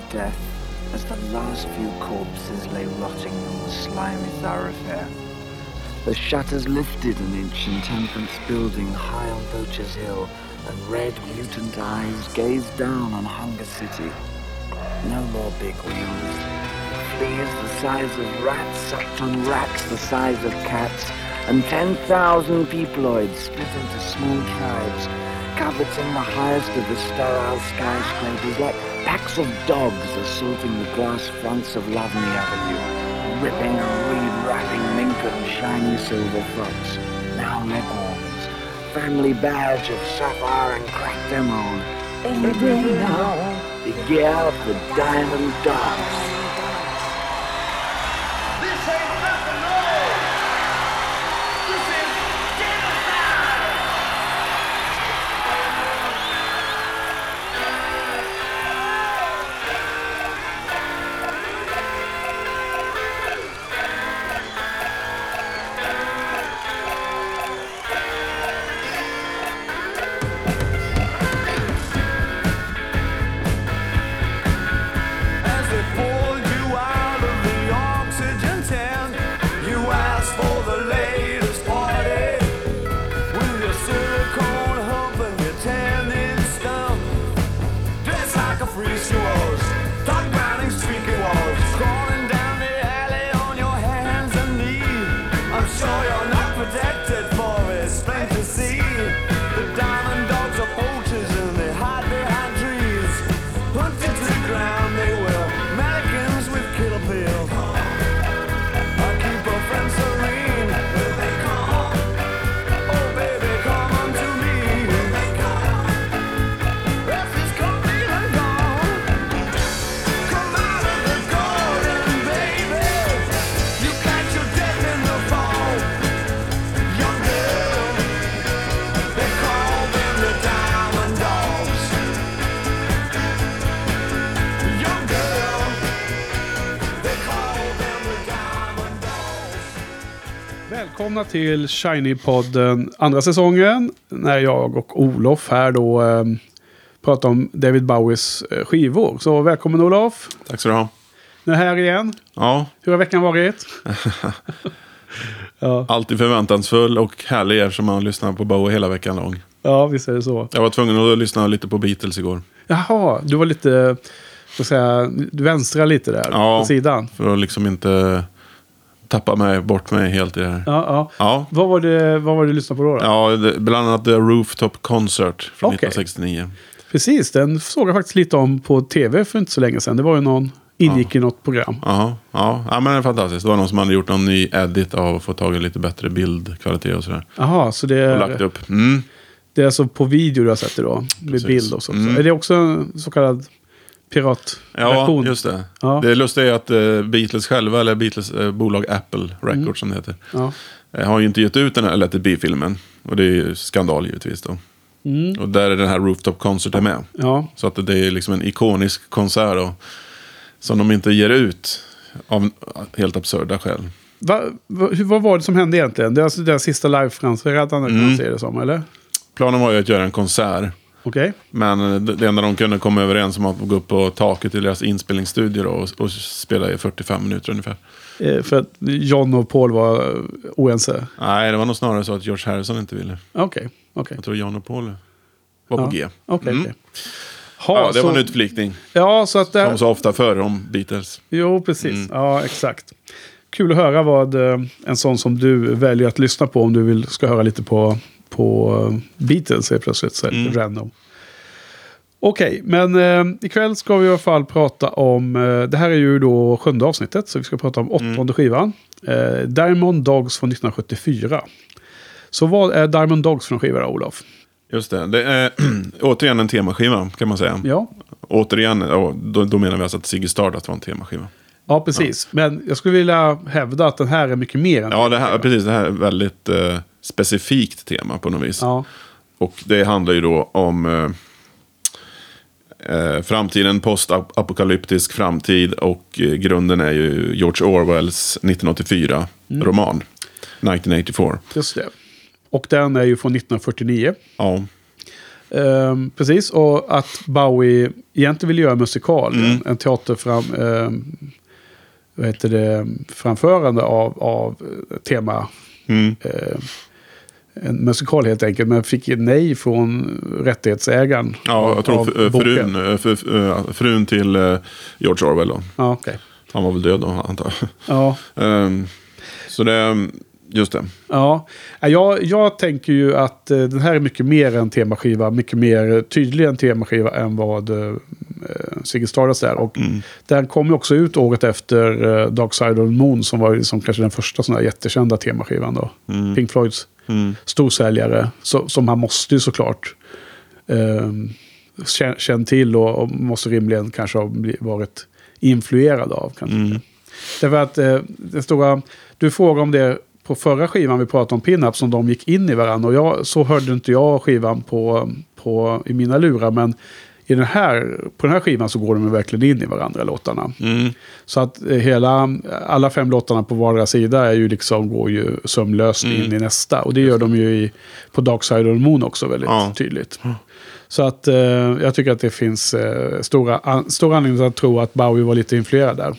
death as the last few corpses lay rotting on the slimy thoroughfare. The shutters lifted an ancient temperance building high on Poacher's Hill, and red, mutant eyes gazed down on Hunger City. No more big wheels. Fleas the size of rats sucked on rats the size of cats, and 10,000 peoploids split into small tribes, coveting the highest of the sterile skyscrapers like packs of dogs assaulting the glass fronts of Lovely Avenue, ripping and re-wrapping mink and shiny silver fox, now legworms, family badge of sapphire and cracked emerald. Anything now, the gear of the diamond dogs. Välkomna till Shiny-podden andra säsongen, när jag och Olof här då pratar om David Bowies skivor. Så välkommen Olof. Tack så du ha. Nu är här igen. Ja. Hur har veckan varit? Ja. Alltid förväntansfull och härlig eftersom man lyssnar på Bowie hela veckan lång. Ja, visst är det så. Jag var tvungen att lyssna lite på Beatles igår. Jaha, du var lite, så att säga, du vänstrade lite där på sidan. För att liksom inte tappa bort mig helt i det här. Ja. Vad var det du lyssnade på då? Ja, bland annat The Rooftop Concert från 1969. Precis, den såg jag faktiskt lite om på tv för inte så länge sedan. Det var ju någon, ingick i något program. Ja, men det är fantastiskt. Det var någon som hade gjort någon ny edit av att få tag i lite bättre bildkvalitet och sådär. Jaha, så det är... Och lagt upp. Det är alltså på video du har sett det då? Med precis. Bild och så. Är det också en så kallad piratversion? Ja, just det. Ja. Det lustiga är att Beatles själva, eller Beatles bolag Apple Records som det heter, har ju inte gett ut den här Let It Be-filmen. Och det är ju skandal givetvis då. Och där är den här Rooftop Concert med. Ja. Så att det är liksom en ikonisk konsert då, som de inte ger ut av helt absurda skäl. Vad var det som hände egentligen? Det är alltså det sista live-framträdandet kan man se det som, eller? Planen var ju att göra en konsert. Okay. Men det enda de kunde komma överens om att gå upp på taket i deras inspelningsstudio och spela i 45 minuter ungefär. För att John och Paul var oense? Nej, det var nog snarare så att George Harrison inte ville. Okej. Jag tror John och Paul var på G. Okej. Det var en utflikning. Ja, så att som så ofta förr om Beatles. Jo, precis. Ja, exakt. Kul att höra vad en sån som du väljer att lyssna på om du ska höra lite på Beatles är plötsligt så lite random. Okej, men ikväll ska vi i alla fall prata om, det här är ju då 7:e avsnittet, så vi ska prata om 8:e skivan. Diamond Dogs från 1974. Så vad är Diamond Dogs från skiva då, Olof? Just det är återigen en temaskiva kan man säga. Ja. Återigen, då menar vi alltså att Ziggy Stardust var en temaskiva. Ja, precis. Ja. Men jag skulle vilja hävda att den här är mycket mer än det här är väldigt specifikt tema på något vis. Ja. Och det handlar ju då om framtiden, postapokalyptisk framtid, och grunden är ju George Orwells 1984-roman, 1984. Just det. Och den är ju från 1949. Ja. Precis, och att Bowie egentligen ville göra musikal. En framförande av tema. En musikal helt enkelt, men fick nej från rättighetsägaren. Ja, jag tror frun till George Orwell då. Ja, okay. Han var väl död då, antar jag. Ja. Så det, just det. Ja, jag tänker ju att den här är mycket mer en temaskiva, mycket mer tydlig en temaskiva än vad Ziggy Stardust är. Och den kom ju också ut året efter Dark Side of the Moon, som var liksom kanske den första sån här jättekända temaskivan då. Pink Floyds storsäljare, som han måste ju såklart känna till och måste rimligen kanske ha varit influerad av. Kanske. Därför att det stora, du frågade om det på förra skivan vi pratade om Pin-Up, som de gick in i varandra, och så hörde inte jag skivan i mina lurar, men på den här skivan så går de verkligen in i varandra, låtarna. Så att alla 5 låtarna på vardera sida är ju liksom, går ju sömlöst in i nästa, och det gör de ju på Dark Side of the Moon också väldigt tydligt. Så att jag tycker att det finns stora anledningar att tro att Bowie var lite influerad där.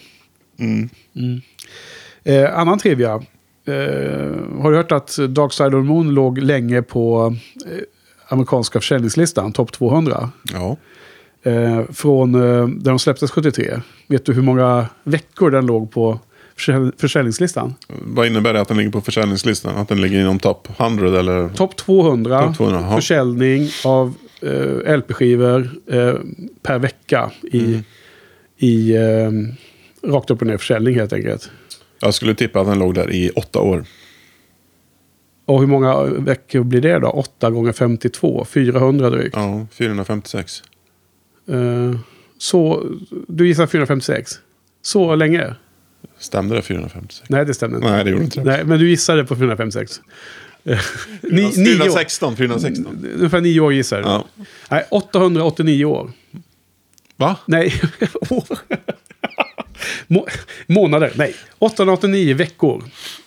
Annan trivia. Har du hört att Dark Side of the Moon låg länge på amerikanska försäljningslistan, topp 200? Ja. Från där de släpptes 73. Vet du hur många veckor den låg på försäljningslistan? Vad innebär det att den ligger på försäljningslistan? Att den ligger inom topp 100 eller? Topp 200, försäljning av LP-skivor per vecka i rakt upp och ner försäljning helt enkelt. Jag skulle tippa att den låg där i 8 år. Och hur många veckor blir det då? 8 gånger 52, 400 drygt. Ja, 456. Så du gissar 456? Så länge? Stämde det 456? Nej, det stämde inte. Nej, det gjorde inte det. Nej, men du gissade på 456. 416. Ungefär 9 år gissar du. Ja. Nej, 889 år. Va? Nej, år. Månader, nej. 889 veckor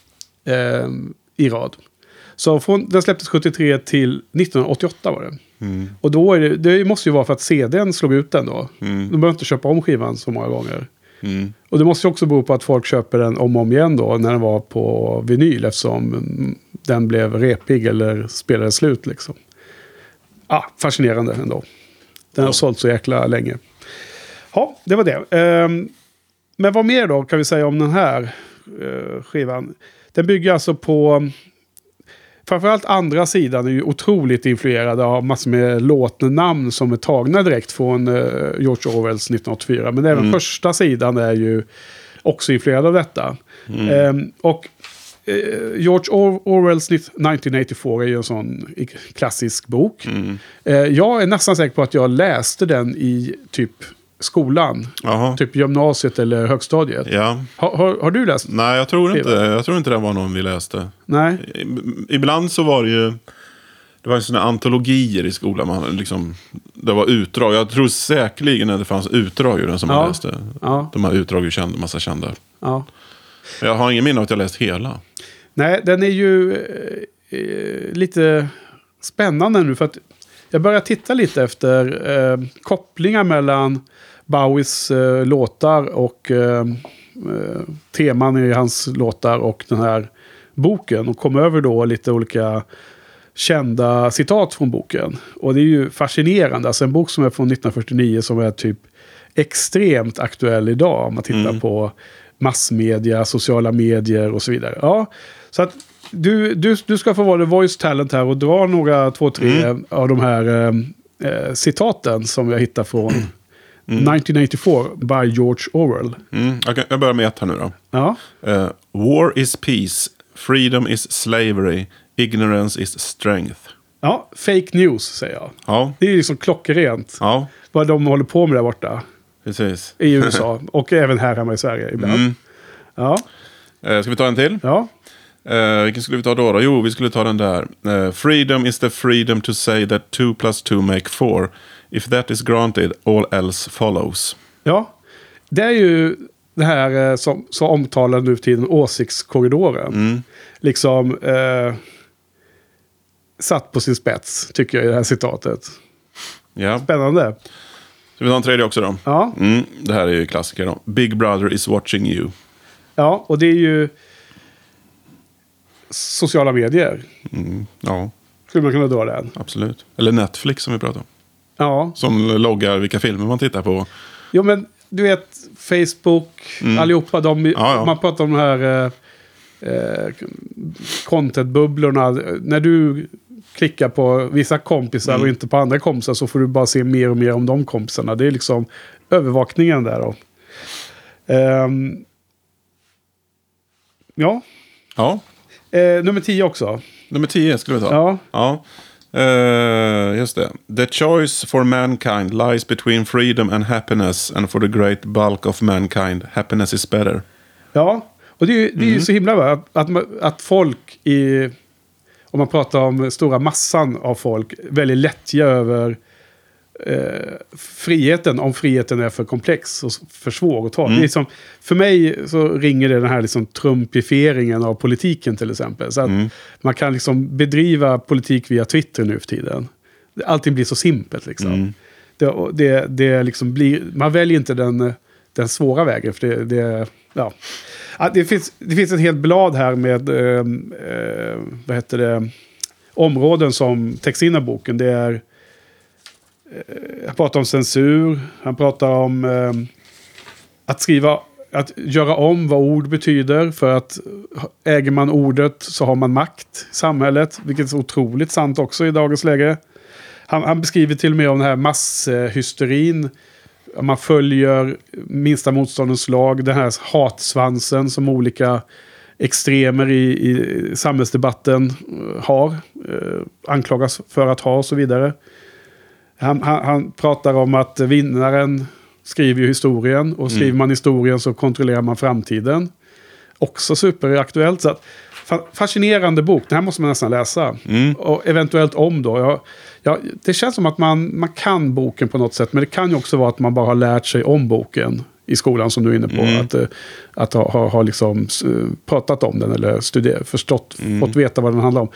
i rad. Så den släpptes 73 till 1988 var det. Och då det måste ju vara för att CDn slog ut den då. De behöver inte köpa om skivan så många gånger. Och det måste ju också bero på att folk köper den om och om igen då, när den var på vinyl, eftersom den blev repig eller spelade slut liksom. Fascinerande ändå. Den har sålt så jäkla länge. Ja, det var det. Men vad mer då kan vi säga om den här skivan? Den bygger alltså på, framförallt andra sidan är ju otroligt influerad av massor med låtnamn som är tagna direkt från George Orwells 1984. Men även första sidan är ju också influerad av detta. Och George Orwells 1984 är ju en sån klassisk bok. Jag är nästan säker på att jag läste den i typ skolan. Aha. Typ gymnasiet eller högstadiet. Ja. Har du läst? Nej, jag tror inte. Jag tror inte det var någon vi läste. Nej. Ibland så var det ju, det var ju såna antologier i skolan. Man liksom, det var utdrag. Jag tror säkerligen att det fanns utdrag i den som man läste. Ja. De här utdrag är ju massa kända. Ja. Jag har ingen minne av att jag läst hela. Nej, den är ju lite spännande nu, för att jag börjar titta lite efter kopplingar mellan Bowies låtar och teman i hans låtar och den här boken, och kom över då lite olika kända citat från boken. Och det är ju fascinerande. Alltså en bok som är från 1949 som är typ extremt aktuell idag om man tittar på massmedia, sociala medier och så vidare. Ja, så att du ska få vara the voice talent här och dra några 2-3 av de här citaten som jag hittar från 1984 by George Orwell. Jag börjar med ett här nu då. Ja. War is peace, freedom is slavery, ignorance is strength. Ja, fake news säger jag. Ja. Det är liksom klockrent. Ja. Vad de håller på med där borta. Precis. I USA och även här hemma i Sverige ibland. Ja. Ska vi ta en till? Ja. Vilken skulle vi ta då? Jo, vi skulle ta den där. Freedom is the freedom to say that 2 + 2 make 4. If that is granted, all else follows. Ja, det är ju det här som så omtalar nu till den åsiktskorridoren. Liksom satt på sin spets, tycker jag, i det här citatet. Ja. Spännande. Så vi tar en tredje också då. Ja. Det här är ju klassiker då. Big Brother is watching you. Ja, och det är ju sociala medier. Ja, Skulle man kunna dra den. absolut. Eller Netflix som vi pratar om. Ja. Som loggar vilka filmer man tittar på. Jo, men du vet, Facebook, allihopa, man pratar om de här content-bubblorna. När du klickar på vissa kompisar och inte på andra kompisar så får du bara se mer och mer om de kompisarna. Det är liksom övervakningen där då. Ja. Ja. Nummer 10 också. Nummer 10 skulle vi ta. Ja. Just det. The choice for mankind lies between freedom and happiness, and for the great bulk of mankind, happiness is better. Ja, och det är ju så himla bra att folk om man pratar om stora massan av folk, väldigt lättja över friheten, om friheten är för komplex och för svår att ta. Det är liksom, för mig så ringer det den här liksom trumpifieringen av politiken till exempel. Så att man kan liksom bedriva politik via Twitter nu för tiden. Allting blir så simpelt liksom. Det liksom blir, man väljer inte den svåra vägen, för det finns ett helt blad här med vad heter det, områden som täcks in av boken. Det är han pratar om censur, han pratar om att göra om vad ord betyder, för att äger man ordet så har man makt i samhället, vilket är så otroligt sant också i dagens läge. Han beskriver till och med om den här masshysterin. Man följer minsta motståndens lag, den här hatsvansen som olika extremer i samhällsdebatten anklagas för att ha och så vidare. Han pratar om att vinnaren skriver ju historien, och skriver man historien så kontrollerar man framtiden. Också superaktuellt. Så att, fascinerande bok, den här måste man nästan läsa. Och eventuellt om då. Det känns som att man kan boken på något sätt, men det kan ju också vara att man bara har lärt sig om boken i skolan, som du är inne på. Att ha liksom pratat om den eller förstått, fått veta vad den handlar om.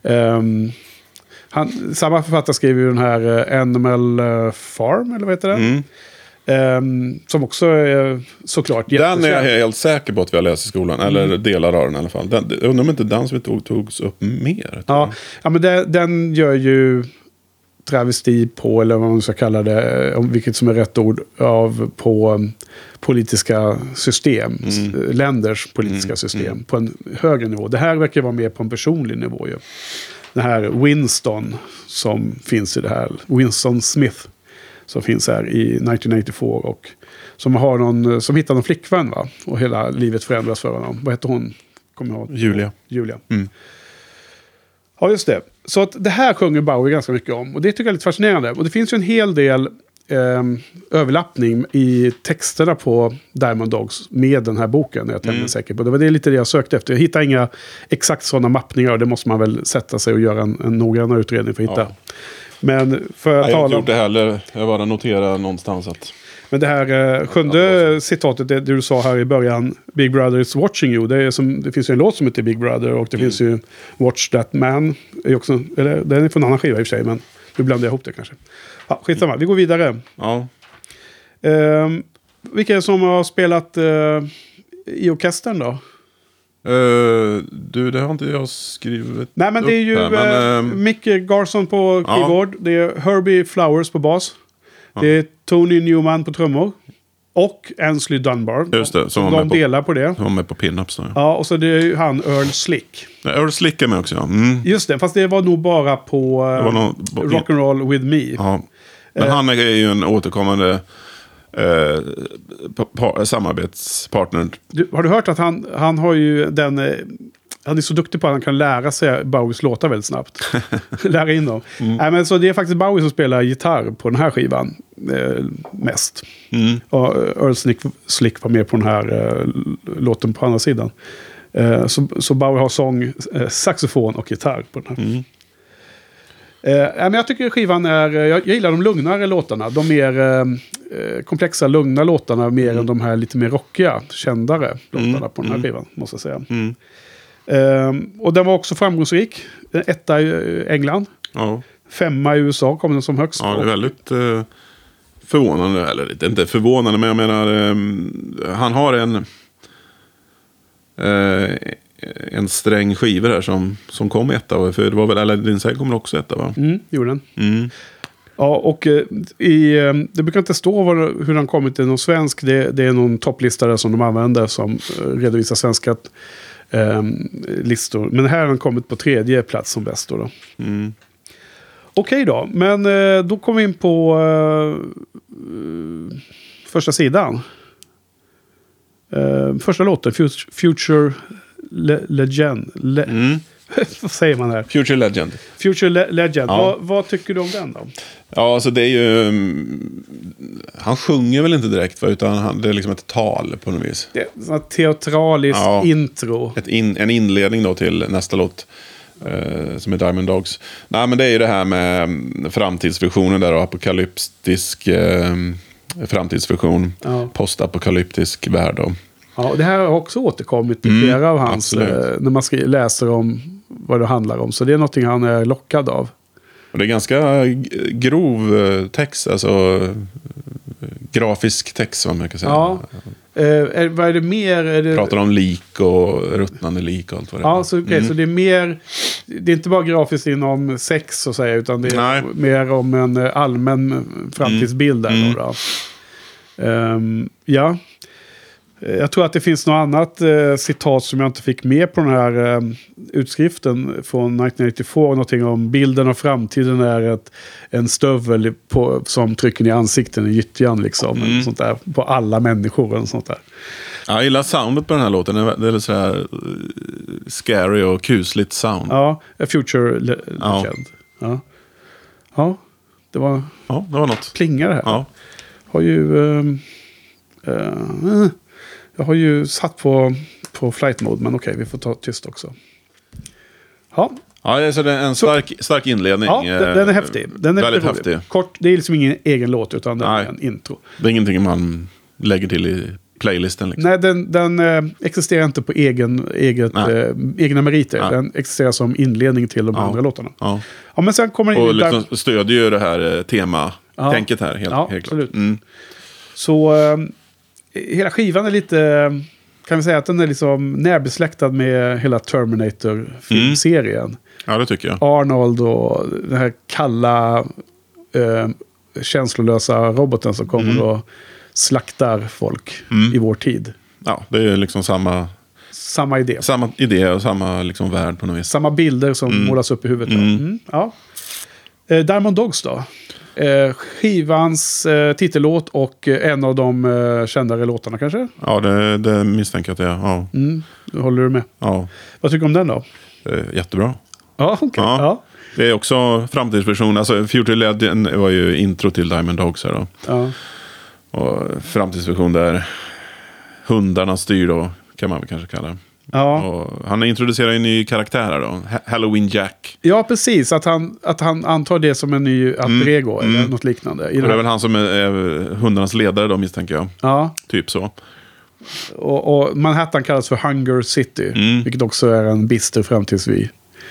Samma författare skriver ju den här Animal Farm, eller vad heter det? Som också är såklart jättesvår. Den är jag helt säker på att vi har läst i skolan. Eller delar av den i alla fall. Undrar om inte den som vi togs upp mer. Ja, men den gör ju travesti på, eller vad man ska kalla det, vilket som är rätt ord, på politiska system. Länders politiska system på en högre nivå. Det här verkar vara mer på en personlig nivå ju. Den här Winston som finns i det här, Winston Smith, som finns här i 1984, och som hittar någon flickvän, va? Och hela livet förändras för honom. Vad heter hon? Kommer jag ihåg? Julia. Ja, just det. Så att det här sjunger Bowie ganska mycket om, och det tycker jag är lite fascinerande. Och det finns ju en hel del överlappning i texterna på Diamond Dogs med den här boken, är jag tämligen säker på. Det var lite det jag sökte efter. Jag hittar inga exakt sådana mappningar, och det måste man väl sätta sig och göra en noggrannare utredning för att hitta. Ja. Men för att jag har inte gjort det heller. Jag bara noterar någonstans att... Men det här sjunde citatet, det du sa här i början, Big Brother is watching you. Det finns ju en låt som heter Big Brother, och det finns ju Watch That Man. Den är från en annan skiva i och för sig, men nu blandar jag ihop det kanske. Ja, skitsamma, vi går vidare. Ja. Vilka är det som har spelat i orkestern då? Det har inte jag skrivit. Nej, men det är ju Mick Garson på keyboard. Det är Herbie Flowers på bas. Det är Tony Newman på trummor. Och Ainsley Dunbar. Just det, som de delar på det. De är på pin-ups då. Ja, och så det är ju han Earl Slick. Earl Slick är med också, ja. Just det, fast det var nog bara på Rock'n'Roll With Me. Ja. Men han är ju en återkommande samarbetspartner. Har du hört att han har ju han är så duktig på att han kan lära sig Bowies låtar väldigt snabbt. Lära in dem. Nej, men så det är faktiskt Bowie som spelar gitarr på den här skivan mest. Och Earl Slick var med på den här låten på andra sidan. Så Bowie har sång, saxofon och gitarr på den här. Men jag tycker skivan jag gillar de lugnare låtarna. De mer komplexa, lugna låtarna mer än de här lite mer rockiga, kändare låtarna på den här skivan, måste jag säga. Och den var också framgångsrik. Etta i England. 5 i USA kom den som högst. Ja, det är väldigt förvånande. Eller inte förvånande, men jag menar... han har en sträng skiva där som kom etta. För det var väl Aladdin Sane kommer också etta, va? Gjorde den. Mm. Ja, och det brukar inte stå hur den kommit till någon svensk. Det är någon topplistare som de använder som redovisar svenska listor. Men här har den kommit på 3:e plats som bäst då. Okej då, men då kommer vi in på första sidan. Första låten, Future Legend. Vad säger man här? Future Legend. Future Legend. Ja. Vad tycker du om den då? Ja, alltså det är ju... han sjunger väl inte direkt, va? Utan det är liksom ett tal på något vis. Det är ett teatraliskt intro. En inledning då till nästa låt. Som är Diamond Dogs. Nej, men det är ju det här med framtidsvisionen där, och apokalyptisk framtidsvision. Ja. Postapokalyptisk värld då. Ja, det här har också återkommit i flera av hans... när man läser om vad det handlar om. Så det är någonting han är lockad av. Och det är ganska grov text, alltså grafisk text, vad man kan säga. Ja. Vad är det mer? Pratar om lik och ruttnande lik och allt vad det är. Ja, så det är mer... Det är inte bara grafiskt inom sex så att säga, utan det är mer om en allmän framtidsbild där då. Ja. Jag tror att det finns något annat citat som jag inte fick med på den här utskriften från 1984. Någonting om bilden av framtiden är en stövel som trycker i ansikten i gyttjan liksom. Sånt där, på alla människor och sånt där. Ja, jag gillar soundet på den här låten. Det är så här scary och kusligt sound. Ja, A Future Legend. Ja, det var något. Plingare här. Ja. Jag har ju satt på flight mode, men okej, vi får ta tyst också. Ja. Ja, så det är en stark inledning. Ja, den är häftig. Den är väldigt häftig. Kort, det är liksom ingen egen låt, utan det är en intro. Det är ingenting man lägger till i playlisten. Liksom. Nej, den existerar inte på egna meriter. Nej. Den existerar som inledning till de andra låtarna. Ja, men sen kommer och liksom stödjer ju det här tema-tänket här. Helt absolut. Klart. Så hela skivan är lite... Kan vi säga att den är liksom närbesläktad med hela Terminator-filmserien. Ja, det tycker jag. Arnold och den här kalla, känslolösa roboten som kommer och slaktar folk i vår tid. Ja, det är liksom samma idé. Samma idé och samma liksom värld på något vis. Samma bilder som målas upp i huvudet. Ja. Diamond Dogs då? Skivans titellåt och en av de kändare låtarna kanske? Ja, det misstänker jag att det är. Ja. Håller du med? Ja. Vad tycker du om den då? Jättebra. Ja, okej. Ja. Det är också framtidsversion. Alltså Future Legend var ju intro till Diamond Dogs här då. Ja. Och framtidsversion där hundarna styr då, kan man väl kanske kalla det. Ja. Och han introducerar en ny karaktär här då. Halloween Jack. Ja, precis. Att han antar det som en ny alter ego eller något liknande. Och det är väl han som är hundarnas ledare då, misstänker jag. Ja. Typ så. Och Manhattan kallas för Hunger City. Vilket också är en bister framtidsvy.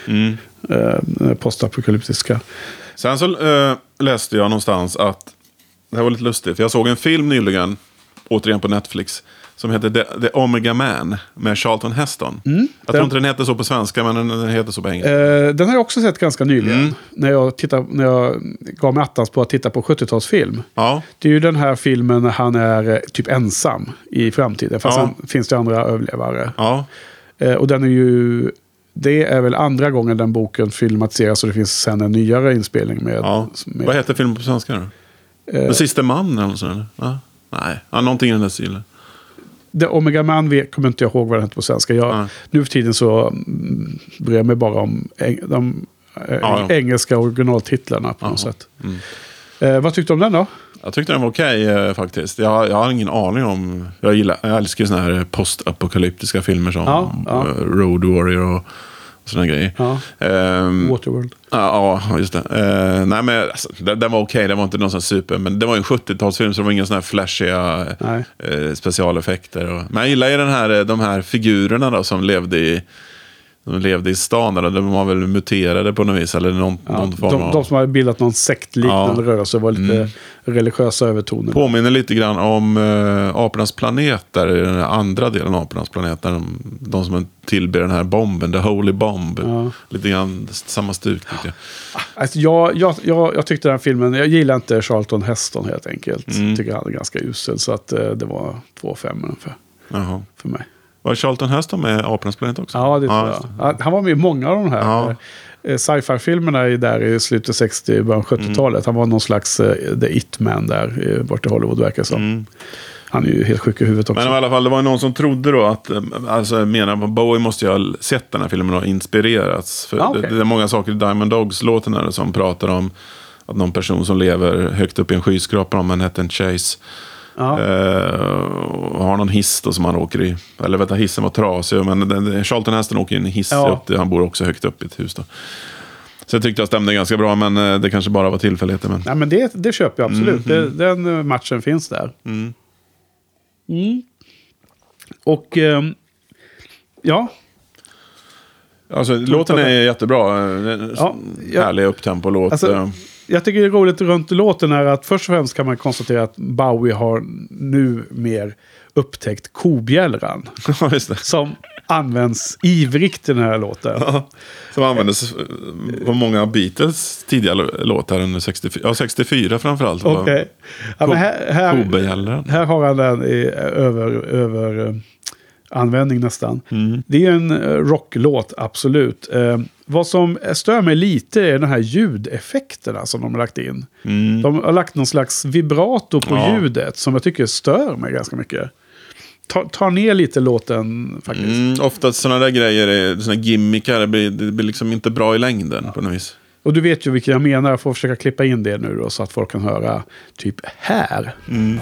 Postapokalyptiska. Sen så läste jag någonstans att det här var lite lustigt. För jag såg en film nyligen, återigen på Netflix, som heter The Omega Man med Charlton Heston. Jag tror inte den heter så på svenska, men den heter så på engelska. Den har jag också sett ganska nyligen. När jag gav mig attans på att titta på 70-talsfilm. Ja. Det är ju den här filmen när han är typ ensam i framtiden. Fast sen finns det andra överlevare. Ja. Och den är ju... Det är väl andra gången den boken filmatiseras och det finns sen en nyare inspelning med... Vad heter filmen på svenska då? Den sista man eller så, eller? Ja. Nej, någonting i den där stilen. The Omega Man kommer inte jag ihåg vad den heter på svenska. Nu för tiden så bryr jag mig bara om de engelska originaltitlarna på något sätt. Vad tyckte du om den då? Jag tyckte den var okej, faktiskt. Jag har ingen aning om... Jag älskar såna här postapokalyptiska filmer som Road Warrior och sådana grejer. Ja. Waterworld. Ja, just det. Nej, men alltså, den var okej. Det var inte någon sån super. Men det var ju en 70-talsfilm så det var inga såna här flashiga specialeffekter. Men jag gillar ju de här figurerna då, som levde i De levde i stan där, de var väl muterade på något vis. Eller någon form av... De som hade bildat någon sektliknande rörelse var lite religiösa övertoner. Påminner lite grann om Apornas planet, där i den andra delen av Apornas planet. Där de som tillber den här bomben, The Holy Bomb. Ja. Lite grann samma stuk, tycker jag. Alltså, jag tyckte den här filmen, jag gillar inte Charlton Heston helt enkelt. Tycker han är ganska usel, så att det var 2,5 ungefär för mig. Var Charlton Heston med Apornas planet också? Ja, det tror jag. Han var med i många av de här sci-fi-filmerna där i slutet 60, början 70-talet. Han var någon slags The It-Man där bort i Hollywood, verkar som. Han är ju helt sjuk i huvudet också. Men i alla fall, det var någon som trodde då att, alltså menar Bowie måste ju ha sett den här filmen och inspirerats. För det är många saker i Diamond Dogs-låten här som pratar om att någon person som lever högt upp i en skyskrapa om Manhattan Chase har någon hiss då som han åker i. Eller vet du, hissen var trasig, men Charlton Heston åker i en hiss upp. Han bor också högt upp i ett hus då. Så jag tyckte jag stämde ganska bra, men det kanske bara var tillfälligheter. Men... Ja, men det köper jag absolut. Den matchen finns där. Och alltså, låten är jättebra. Härlig upptempo-låt. Alltså, jag tycker det är roligt runt låten är att först och främst kan man konstatera att Bowie har nu mer upptäckt kobjällran. Som används ivrigt i den här låten. Som användes på många Beatles tidigare låtar under 64 framförallt. Okej. Ja, här har han den över användning nästan. Det är en rocklåt, absolut. Vad som stör mig lite är den här ljudeffekterna som de har lagt in. De har lagt någon slags vibrato på ljudet som jag tycker stör mig ganska mycket. Ta ner lite låten faktiskt. Ofta sådana där grejer, sådana gimmickar, det blir liksom inte bra i längden på något vis. Och du vet ju vilka jag menar, jag får försöka klippa in det nu då, så att folk kan höra typ här.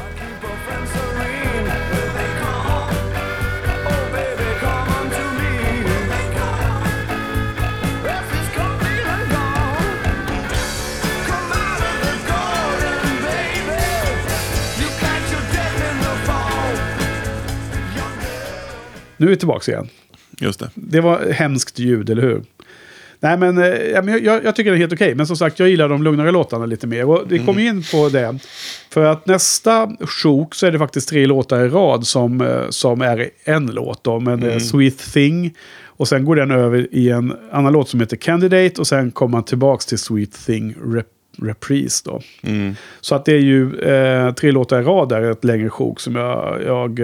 Nu är vi tillbaka igen. Just det. Det var hemskt ljud, eller hur? Nej, men jag tycker det är helt okej. Men som sagt, jag gillar de lugnare låtarna lite mer. Och vi kommer in på det. För att nästa sjok så är det faktiskt 3 låtar i rad som är en låt. Då, med Sweet Thing. Och sen går den över i en annan låt som heter Candidate. Och sen kommer man tillbaka till Sweet Thing Reprise då. Så att det är ju 3 låtar i rad där, ett längre sjok som jag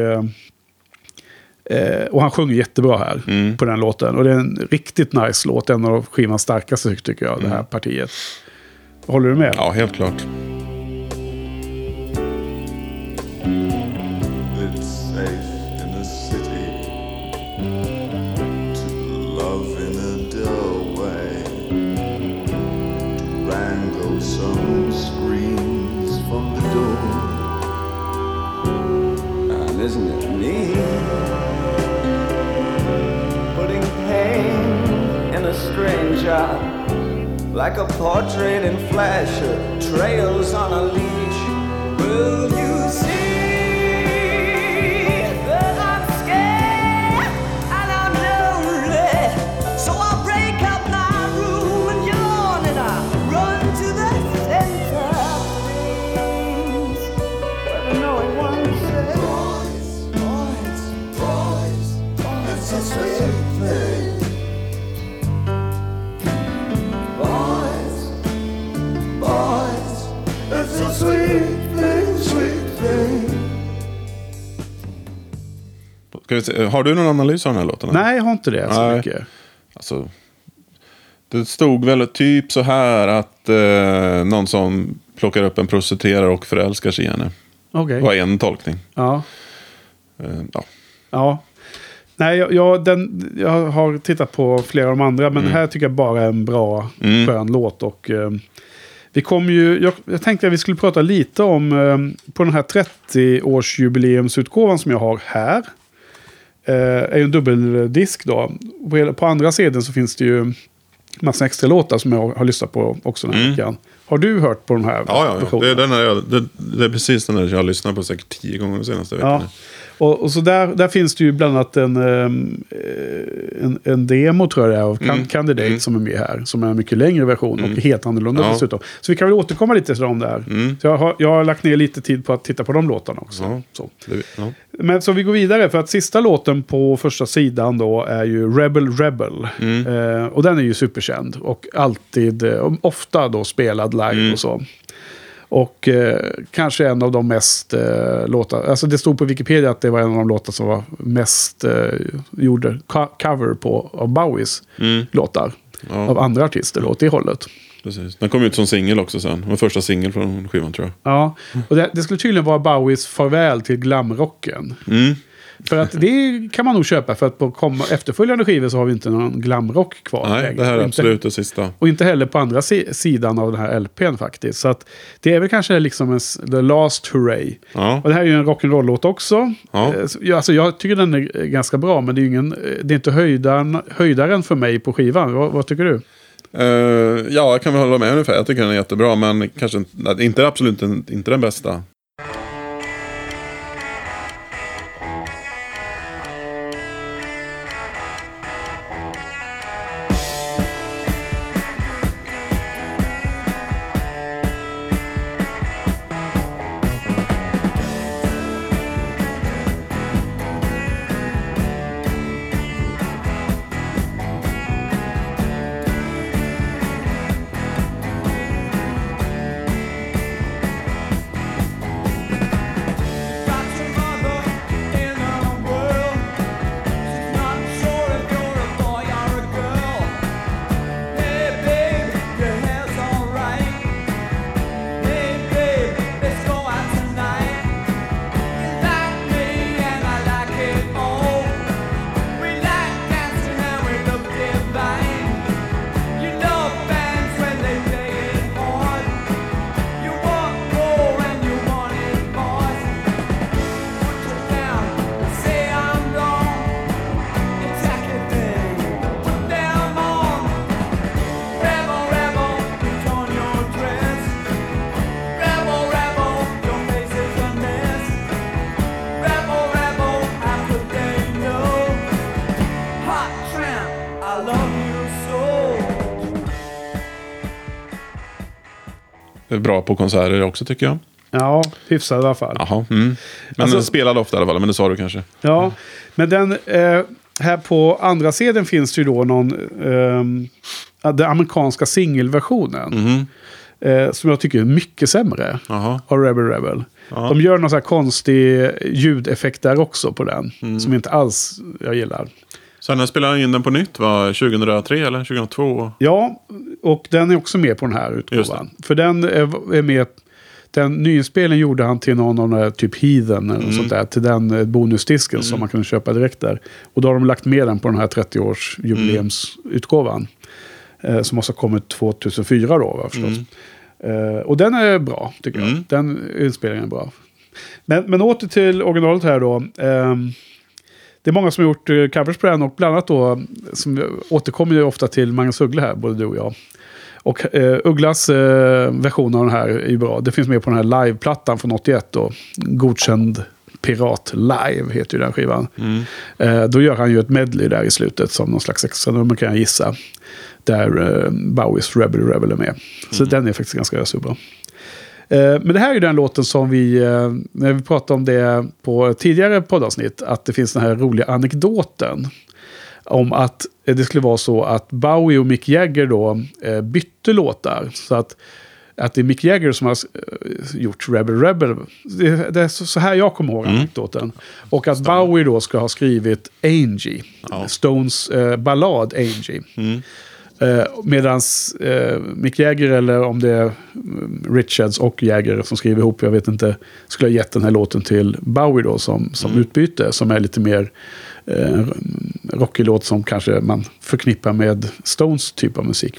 och han sjunger jättebra här på den låten. Och det är en riktigt nice låt. En av skivans starkaste tycker jag, det här partiet. Håller du med? Ja, helt klart. It's safe in the city to love in a dull way, to wrangle some screams from the door. And isn't it neat? Putting pain in a stranger, like a portrait in flesh, trails on a leash. Will you see that I'm scared and I'm lonely? So I'll break up my room and yawn and I'll run to the center of things where no one says, boys, it's a sweet thing. Boys, it's a sweet thing. Ska vi se, har du någon analys av den här låten? Nej, jag har inte det så mycket. Alltså, det stod väl typ så här att någon som plockar upp en prostituerad och förälskar sig i henne. Okej. Det var en tolkning. Ja. Ja. Nej, jag har tittat på flera av de andra, men här tycker jag bara är en bra, skön låt. Och vi kom ju, jag tänkte att vi skulle prata lite om på den här 30-årsjubileumsutgåvan som jag har här. Är ju en dubbeldisk då. På andra sidan så finns det ju massa extra låtar som jag har lyssnat på också den här veckan. Har du hört på de här? Ja. Det är precis den där jag har lyssnat på säkert 10 gånger de senaste veckorna. Ja. Och så där finns det ju bland annat en demo tror jag det är av Candidate som är med här. Som är en mycket längre version och helt annorlunda dessutom. Så vi kan väl återkomma lite till dem där. Så jag har lagt ner lite tid på att titta på de låtarna också. Ja. Så. Ja. Men så vi går vidare för att sista låten på första sidan då är ju Rebel. Och den är ju superkänd och alltid, ofta då spelad live och så. Och kanske en av de mest låtar. Alltså det stod på Wikipedia att det var en av de låtar som var mest gjorde cover på av Bowies låtar. Ja. Av andra artister då, åt det hållet. Precis. Den kom ut som singel också sen. Den första singel från skivan tror jag. Ja, och det skulle tydligen vara Bowies farväl till glamrocken. För att det kan man nog köpa för att på efterföljande skivor så har vi inte någon glamrock kvar. Nej, det här är absolut det sista. Och inte heller på andra sidan av den här LPn faktiskt. Så att det är väl kanske liksom the last hooray. Ja. Och det här är ju en rock'n'roll-låt också. Ja. Alltså jag tycker den är ganska bra, men det är inte höjdaren för mig på skivan. Vad tycker du? Ja, jag kan väl hålla med ungefär. Jag tycker den är jättebra, men kanske inte absolut inte den bästa. Bra på konserter också tycker jag. Ja, hyfsad i alla fall. Jaha. Men alltså, den spelade ofta i alla fall, men det sa du kanske. Ja, men den här på andra sidan finns det ju då någon den amerikanska singelversionen. Som jag tycker är mycket sämre av Rebel. Ja. De gör någon så här konstig ljudeffekt där också på den. Som inte alls jag gillar. Så när spelade in den på nytt? Var 2003 eller 2002? Ja, och den är också med på den här utgåvan. För den är med... Den nyinspelningen gjorde han till någon av de där typ Heathen eller sånt där. Till den bonusdisken som man kunde köpa direkt där. Och då har de lagt med den på den här 30-års jubileumsutgåvan. Som också kommit 2004 då förstås. Och den är bra tycker jag. Den inspelningen är bra. Men åter till originalet här då. Det är många som har gjort covers på den och bland annat då som återkommer ju ofta till Magnus Uggla här, både du och jag. Och Ugglas version av den här är ju bra. Det finns med på den här liveplattan från 81 då. Godkänd Pirat Live heter ju den skivan. Då gör han ju ett medley där i slutet som någon slags extra nummer kan jag gissa. Där Bowies Rebel är med. Så den är faktiskt ganska bra. Men det här är ju den låten som vi, när vi pratade om det på tidigare poddavsnitt, att det finns den här roliga anekdoten om att det skulle vara så att Bowie och Mick Jagger då bytte låtar. Så att det är Mick Jagger som har gjort Rebel. Det är så här jag kommer ihåg anekdoten. Och att Bowie då ska ha skrivit Angie. Stones ballad Angie. Medans Mick Jagger, eller om det är Richards och Jagger som skriver ihop, jag vet inte, skulle ha gett den här låten till Bowie då som utbyte, som är lite mer rockig låt som kanske man förknippar med Stones typ av musik.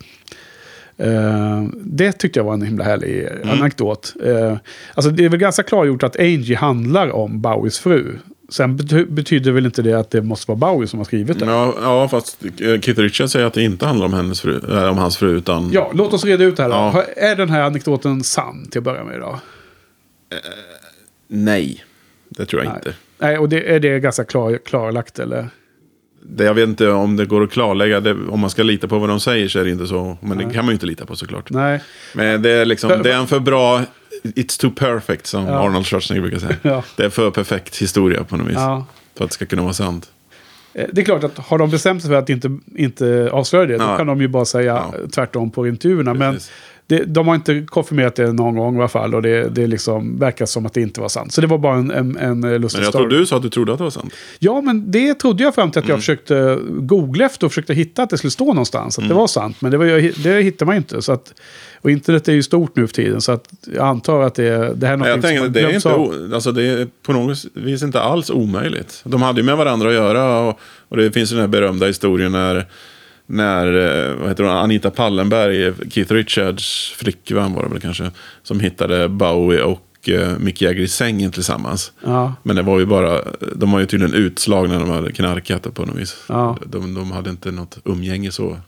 Det tyckte jag var en himla härlig anekdot. Alltså det är väl ganska klargjort att Angie handlar om Bowies fru. Sen betyder väl inte det att det måste vara Bowie som har skrivit det. Ja, fast Keith Richards säger att det inte handlar om om hans fru utan... Ja, låt oss reda ut här då. Ja. Är den här anekdoten sann till att börja med idag? Nej, det tror jag inte. Nej, och det är ganska klarlagt, eller? Jag vet inte om det går att klarlägga. Om man ska lita på vad de säger så är det inte så. Men det kan man ju inte lita på såklart. Nej. Men det är liksom, det är en för bra... It's too perfect, som Arnold Schwarzenegger brukar säga. Ja. Det är för perfekt historia på något vis. Ja. För att det ska kunna vara sant. Det är klart att har de bestämt sig för att inte avslöja det, då kan de ju bara säga tvärtom på intervjuerna. Precis. Men de har inte konfirmerat det någon gång i alla fall. Och det liksom verkar som att det inte var sant. Så det var bara en lustig story. Men jag tror du sa att du trodde att det var sant. Ja, men det trodde jag fram till att jag försökte googla efter och försökte hitta att det skulle stå någonstans. Att det var sant. Men det hittar man inte. Så att, och internet är ju stort nu för tiden. Så att jag antar att det här är något jag tänker att det är inte alltså det är på något vis inte alls omöjligt. De hade ju med varandra att göra. Och det finns ju den här berömda historien när vad heter hon, Anita Pallenberg, Keith Richards flickvän var det väl kanske, som hittade Bowie och Mick Jagger i sängen tillsammans. Ja. Men det var ju bara, de var ju tydligen utslagna när de hade knarkat på något vis. Ja. De hade inte något umgänge så.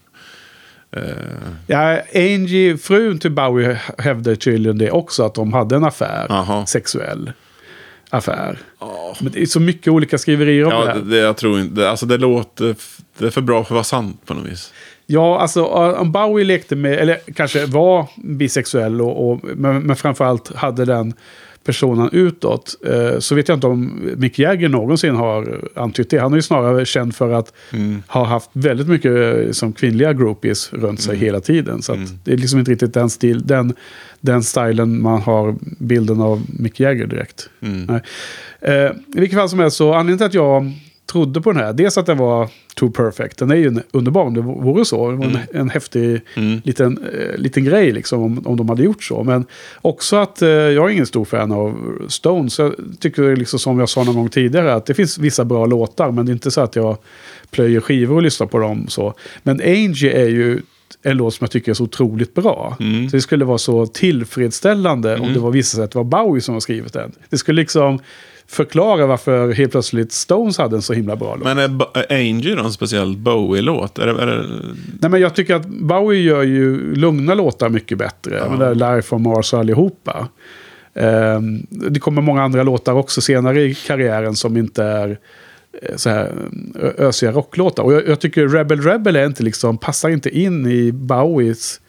Ja, Angie, frun till Bowie, hävdade tydligen det också, att de hade en affär, sexuell affär. Men det är så mycket olika skriverier om det här. Jag tror inte, alltså det är för bra för att vara sant på något vis. Ja, alltså om Bowie lekte med, eller kanske var bisexuell men framförallt hade den personen utåt, så vet jag inte om Mick Jagger någonsin har antytt det. Han är ju snarare känd för att ha haft väldigt mycket som kvinnliga groupies runt sig hela tiden. Så att det är liksom inte riktigt den stilen man har bilden av Mick Jagger direkt. Nej. I vilket fall som helst, så anledningen till att jag trodde på den här, dels att den var too perfect. Den är ju underbar om det vore så. Det var en häftig liten grej liksom, om de hade gjort så. Men också att jag är ingen stor fan av Stones. Jag tycker liksom, som jag sa någon gång tidigare, att det finns vissa bra låtar, men det är inte så att jag plöjer skivor och lyssnar på dem så. Men Angie är ju en låt som jag tycker är så otroligt bra. Så det skulle vara så tillfredsställande om det var vissa sätt att det var Bowie som har skrivit den. Det skulle liksom förklara varför helt plötsligt Stones hade en så himla bra låt. Men är Angie då en speciell Bowie-låt? Nej, men jag tycker att Bowie gör ju lugna låtar mycket bättre. Men det är Live from Mars och allihopa. Det kommer många andra låtar också senare i karriären som inte är så här ösiga rocklåtar. Och jag tycker Rebel är inte liksom, passar inte in i Bowies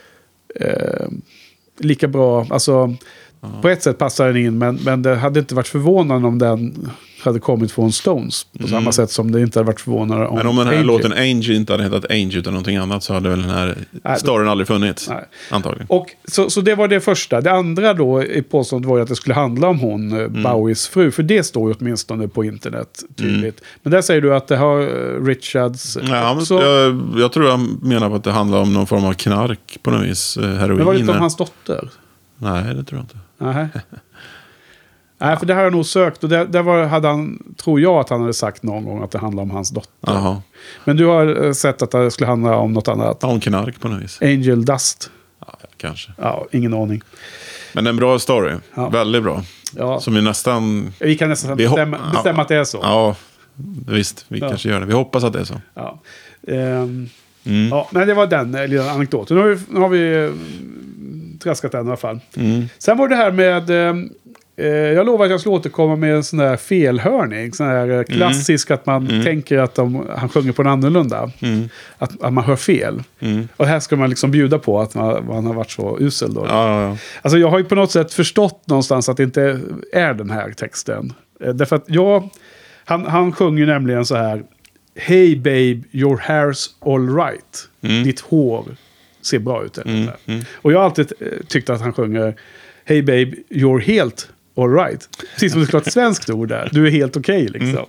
lika bra. Alltså på ett sätt passar den in, men det hade inte varit förvånande om den hade kommit från Stones på samma sätt som det inte hade varit förvånande om. Men om den här låten Angie inte hade hetat Angie utan någonting annat, så hade väl den här storyn aldrig funnits. Antagligen. Och så det var det första. Det andra då i påståendet var ju att det skulle handla om hon, Bowies fru, för det står ju åtminstone på internet tydligt. Men där säger du att det har Richards också. Jag tror jag menar på att det handlar om någon form av knark på något vis, heroin. Men var det inte om hans dotter? Nej, det tror jag inte. Nej, för det har jag nog sökt. Och där hade han, tror jag att han hade sagt någon gång att det handlar om hans dotter. Aha. Men du har sett att det skulle handla om något annat? Ja, om knark på något vis. Angel Dust. Ja, kanske. Ja, ingen aning. Men en bra story. Ja. Väldigt bra. Ja. Som vi nästan... Vi kan nästan bestämma att det är så. Ja, visst. Vi kanske gör det. Vi hoppas att det är så. Ja. Ja, men det var den lilla anekdoten. Nu har vi traskat den i alla fall. Sen var det här med... jag lovar att jag ska återkomma med en sån där felhörning. Sån här klassisk att man tänker att han sjunger på en annorlunda. Att man hör fel. Och här ska man liksom bjuda på att man har varit så usel då. Ja. Alltså jag har ju på något sätt förstått någonstans att det inte är den här texten. Därför att han sjunger nämligen så här: Hey babe, your hair's all right. Ditt hår ser bra ut. Och jag har alltid tyckt att han sjunger Hey babe, you're helt all right. Precis som det skulle vara ett svenskt ord där. Du är helt okej, liksom.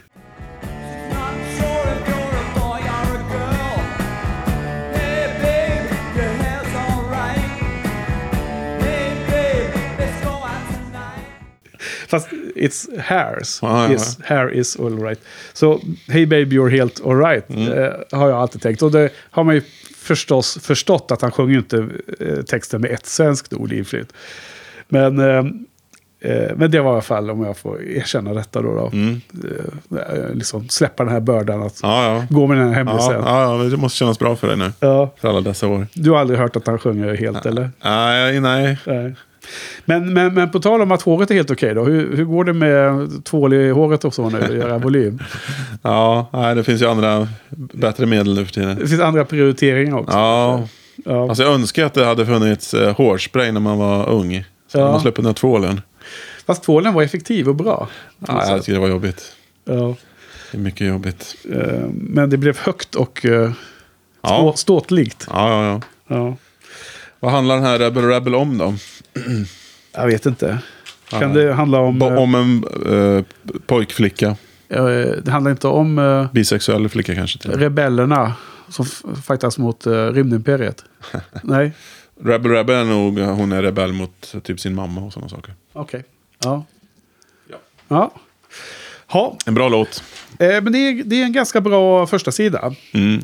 Fast it's hairs. His hair is all right. Så hey baby, you're helt all right. Har jag alltid tänkt. Och det har man ju förstås förstått att han sjunger inte texten med ett svenskt ord i flyt. Men det var i alla fall, om jag får erkänna detta då. Liksom släppa den här bördan att gå med den här hemlisen. Ja, det måste kännas bra för dig nu. För alla dessa år. Du har aldrig hört att han sjunger helt, eller? Nej. Men på tal om att håret är helt okej då. Hur går det med tvål i håret och så nu? Göra volym? Ja, nej, det finns ju andra bättre medel nu för tiden. Det finns andra prioriteringar också. Ja. Alltså jag önskar att det hade funnits hårspray när man var ung. Så man släpper den här tvålen. Fast tvålen var effektiv och bra. Ja, jag tycker det var jobbigt. Ja. Det är mycket jobbigt. Men det blev högt och ståtligt. Ja. Vad handlar den här Rebel om då? Jag vet inte. Kan det handla om... Om en pojkflicka? Det handlar inte om... bisexuell flicka kanske till. Rebellerna som fightas mot rymdimperiet. Nej. Rebel är nog, hon är rebell mot typ sin mamma och sådana saker. Okej. Ja. En bra låt. Men det är en ganska bra första sida.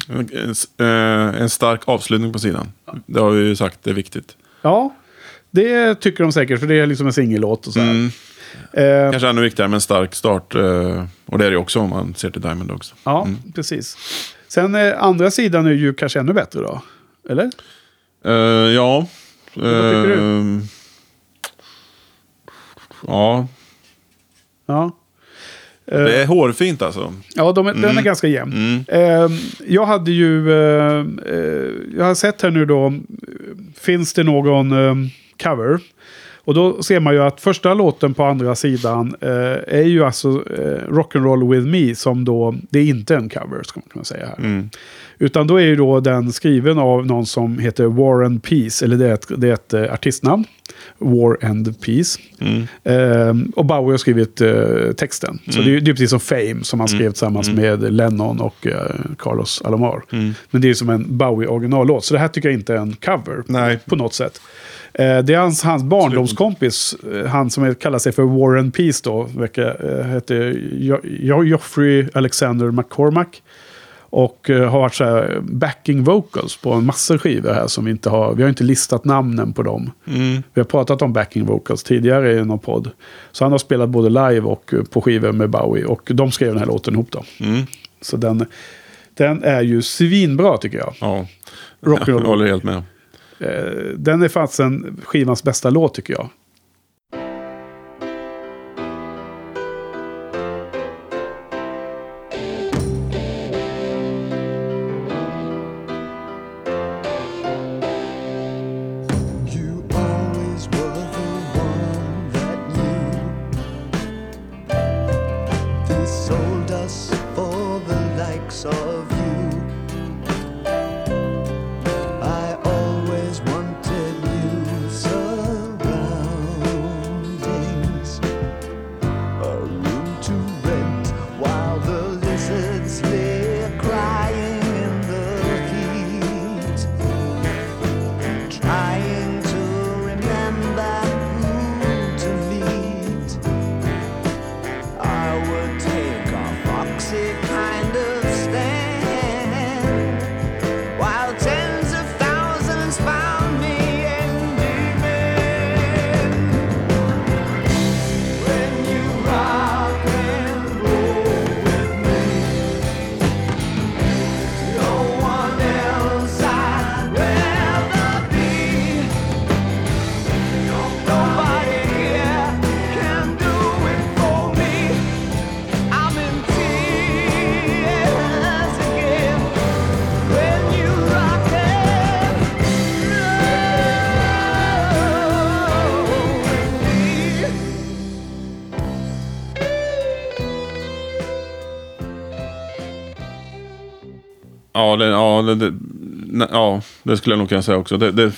En stark avslutning på sidan. Det har vi ju sagt, det är viktigt. Ja, det tycker de säkert. För det är liksom en singellåt och så här. Kanske ännu viktigare med en stark start. Och det är det också om man ser till Diamond Dogs. Ja, precis. Sen andra sidan är ju kanske ännu bättre då. Eller? Ja. Vad tycker du? Ja. Det är hårfint alltså. Ja, den är ganska jämn. Jag hade ju... jag har sett här nu då... Finns det någon cover? Och då ser man ju att första låten på andra sidan är ju alltså Rock'n'Roll With Me som då... Det är inte en cover, ska man kunna säga här. Utan då är ju då den skriven av någon som heter War and Peace. Eller det är ett artistnamn. War and Peace. Och Bowie har skrivit texten. Så det är precis som Fame som han skrev tillsammans med Lennon och Carlos Alomar. Men det är som en Bowie-originallåt. Så det här tycker jag inte är en cover på något sätt. Det är hans barndomskompis, han som kallar sig för War and Peace då, heter Geoffrey Alexander McCormack. Och har varit så här backing vocals på en massa skivor här som vi inte har. Vi har inte listat namnen på dem. Vi har pratat om backing vocals tidigare i någon podd. Så han har spelat både live och på skivor med Bowie. Och de skrev den här låten ihop då. Så den är ju svinbra tycker jag. Ja, jag håller helt med. Den är faktiskt skivans bästa låt tycker jag. Ja, det skulle jag nog kunna säga också.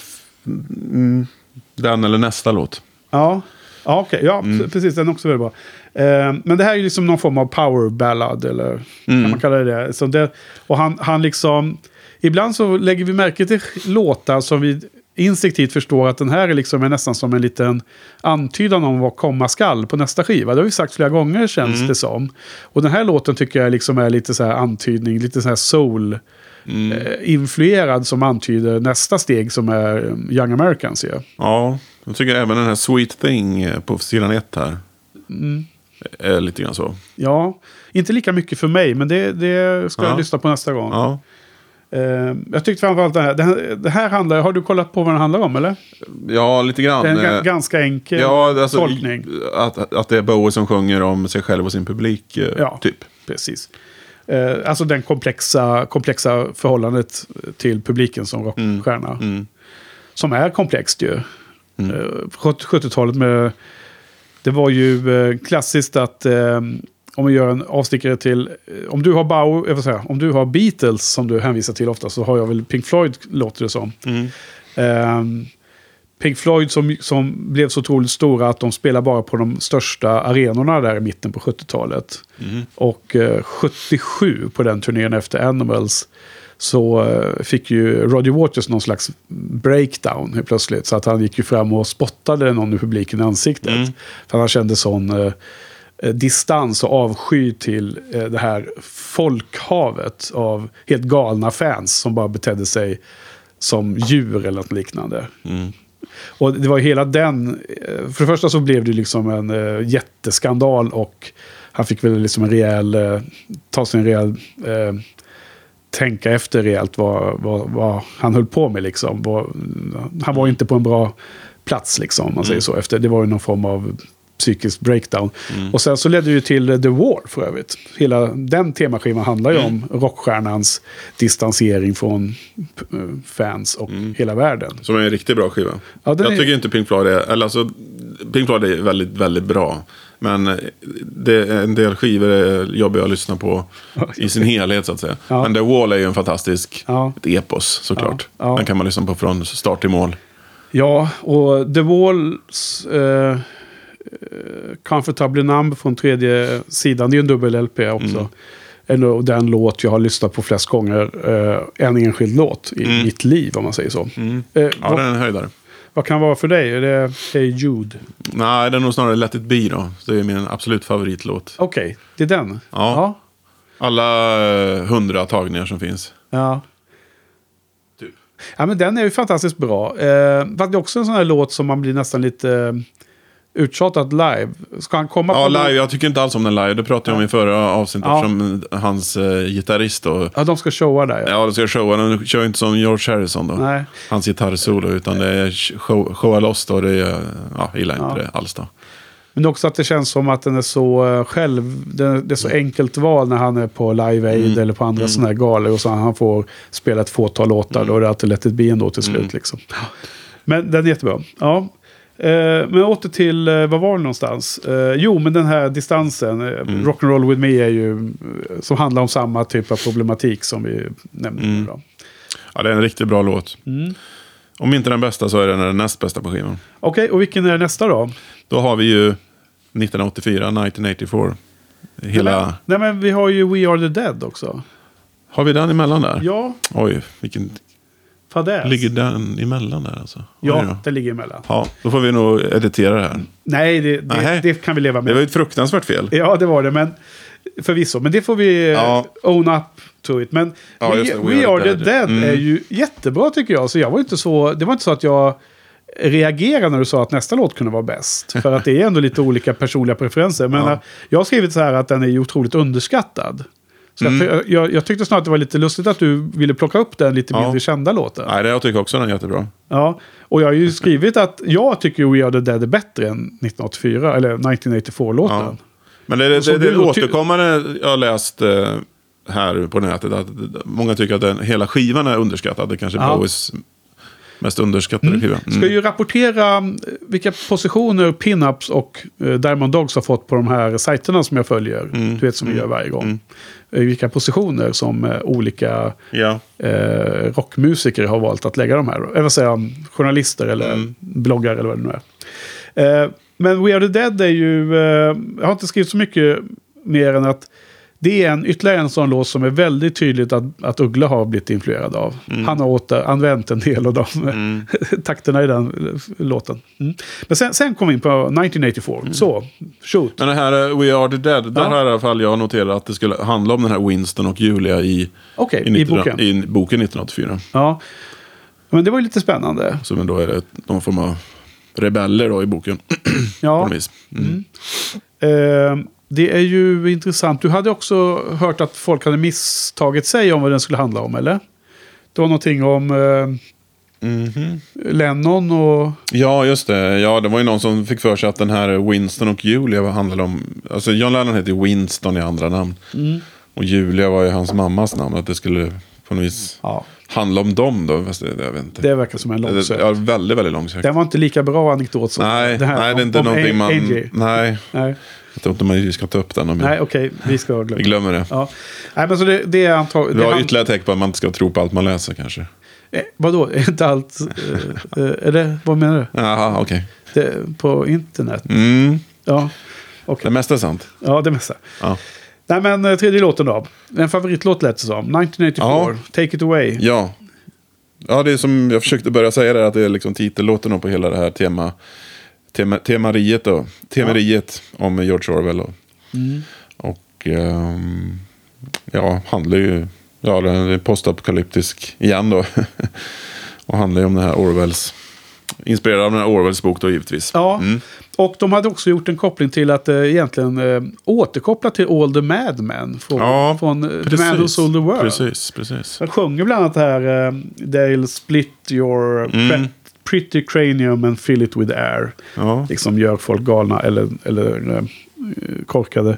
Den eller nästa låt. Ja, okej. Ja, precis. Den är också väldigt bra. Men det här är ju liksom någon form av power ballad, eller kan man kalla det. Så och han liksom... Ibland så lägger vi märke till låtar som vi instinktivt förstår att den här är nästan som en liten antydan om vad komma skall på nästa skiva. Det har vi sagt flera gånger, känns det som. Och den här låten tycker jag är lite så här antydning, lite så här soul influerad som antyder nästa steg som är Young Americans. Ja, jag tycker även den här Sweet Thing på sidan 1 här är lite grann så. Ja, inte lika mycket för mig, men det ska jag lyssna på nästa gång. Ja. Jag tyckte framförallt det här handlar... Har du kollat på vad den handlar om, eller? Ja, lite grann. Det är en ganska enkel tolkning. Att det är Bowie som sjunger om sig själv och sin publik, typ. Precis. Alltså den komplexa förhållandet till publiken som rockstjärna. Som är komplext ju. 70-talet med... Det var ju klassiskt att... om vi gör en avstickare till... Om du har Beatles som du hänvisar till ofta, så har jag väl Pink Floyd, låter det som. Pink Floyd som blev så otroligt stora att de spelar bara på de största arenorna där i mitten på 70-talet. Och 77 på den turnén efter Animals så fick ju Roger Waters någon slags breakdown helt plötsligt. Så att han gick ju fram och spottade någon i publiken i ansiktet. För han kände sån distans och avsky till det här folkhavet av helt galna fans som bara betedde sig som djur eller något liknande. Och det var hela den... För det första så blev det liksom en jätteskandal och han fick väl liksom ta sig en rejäl... tänka efter rejält vad han höll på med liksom. Han var inte på en bra plats liksom, om man säger så. Det var ju någon form av psykisk breakdown. Och sen så ledde det ju till The Wall för övrigt. Hela den temaskivan handlar ju om rockstjärnans distansering från fans och hela världen. Som är en riktigt bra skiva. Ja, jag tycker inte Pink Floyd Pink Floyd är väldigt, väldigt bra. Men en del skivor är jobbiga att lyssna på i sin helhet så att säga. Ja. Men The Wall är ju en fantastisk ett epos såklart. Ja. Den kan man lyssna på från start till mål. Ja, och The Walls... Comfortably Numb från tredje sidan, det är en dubbel-LP också. Den låt jag har lyssnat på flest gånger, en enskild låt i mitt liv, om man säger så. Ja, den är en höjdare. Vad kan vara för dig? Är det Hey Jude? Nej, det är nog snarare Let It Be då. Det är min absolut favoritlåt. Okej, det är den? Ja. Alla 100 tagningar som finns. Ja. Typ. Ja, men den är ju fantastiskt bra. Det är också en sån här låt som man blir nästan lite... uttjatat live. Ska han komma på live? Jag tycker inte alls om den live. Det pratade jag om i förra avsnittet som hans gitarrist. Ja, de ska showa där. Ja, de ska showa. De kör inte som George Harrison då. Nej. Hans gitarrsolo, utan det är showa loss då. Det är, gillar inte det alls då. Men också att det känns som att den är så det är så enkelt val när han är på Live Aid eller på andra sådana här galor och så han får spela ett fåtal låtar. Då är det alltid Let It Be ändå till slut liksom. Men den är jättebra. Ja. Men åter till, vad var det någonstans? Men den här distansen, Rock'n'Roll With Me är ju, som handlar om samma typ av problematik som vi nämnde. Ja, det är en riktigt bra låt. Om inte den bästa så är den näst bästa på skivan. Okej, och vilken är nästa då? Då har vi ju 1984. Nej, men vi har ju We Are The Dead också. Har vi den emellan där? Ja. Oj, vilken... Fadäs. Ligger den emellan där alltså? Ja, den ligger emellan. Ja, då får vi nog editera det här. Nej, det kan vi leva med. Det var ju ett fruktansvärt fel. Ja, det var det, men förvisso. Men det får vi own up to it. Men We Are The Dead är ju jättebra tycker jag. Så det var inte så att jag reagerade när du sa att nästa låt kunde vara bäst. För att det är ändå lite olika personliga preferenser. Men jag har skrivit så här att den är otroligt underskattad. Så jag tyckte snart att det var lite lustigt att du ville plocka upp den lite mindre kända låten. Nej, jag tycker också den är jättebra. Ja, och jag har ju skrivit att jag tycker We Are The Dead är bättre än 1984 eller 1984-låten. Ja. Men det återkommande jag har läst här på nätet att många tycker att hela skivan är underskattad. Det kanske Bowies mest underskattade skiva. Ska ju rapportera vilka positioner Pinups och Diamond Dogs har fått på de här sajterna som jag följer. Du vet som vi gör varje gång. Vilka positioner som olika rockmusiker har valt att lägga de här. Eller vad säger journalister eller bloggar eller vad det nu är. Men We Are The Dead är ju... jag har inte skrivit så mycket mer än att det är ytterligare en sån låt som är väldigt tydligt att Uggla har blivit influerad av. Han har använt en del av de takterna i den låten. Men sen kom vi in på 1984. Så, shoot. Men det här We Are The Dead, där har i alla fall jag noterat att det skulle handla om den här Winston och Julia i boken 1984. Ja, men det var ju lite spännande. Så men då är det någon form av rebeller då i boken. Ja. Det är ju intressant. Du hade också hört att folk hade misstagit sig om vad den skulle handla om, eller? Det var någonting om Lennon och... Ja, just det. Ja, det var ju någon som fick för sig att den här Winston och Julia handlade om... Alltså John Lennon heter ju Winston i andra namn. Och Julia var ju hans mammas namn. Att det skulle på något vis handla om dem då. Fast jag vet inte. Det verkar som en långsökt. Ja, väldigt, väldigt långsökt. Den var inte lika bra anekdot som det här. Nej, det är inte någonting man... AJ. Nej. Jag tror inte man ska ta upp den. Nej, okej. Vi ska glömma. Vi glömmer det. Ja. Nej, men så det är antagligen... Det var ytterligare tecken på att man inte ska tro på allt man läser kanske. Vadå? Är inte allt... vad menar du? Jaha, okej. På internet? Ja, okej. Det mesta är sant. Ja, det mesta. Ja. Nej, men tredje låten då. En favoritlåt lät det som. 1984. Take it away. Ja. Ja, det är som jag försökte börja säga där, att det är liksom titellåten på hela det här temariet om George Orwell. Och handlar ju... Ja, den är postapokalyptisk igen då. Och handlar ju om den här Orwells... Inspirerad av den här Orwells bok då givetvis. Ja, och de hade också gjort en koppling till att egentligen återkoppla till All the Mad Men från The Man Who Sold the World. Precis. Jag sjunger bland annat här They'll split your pretty cranium and fill it with air. Ja. Liksom gör folk galna eller korkade.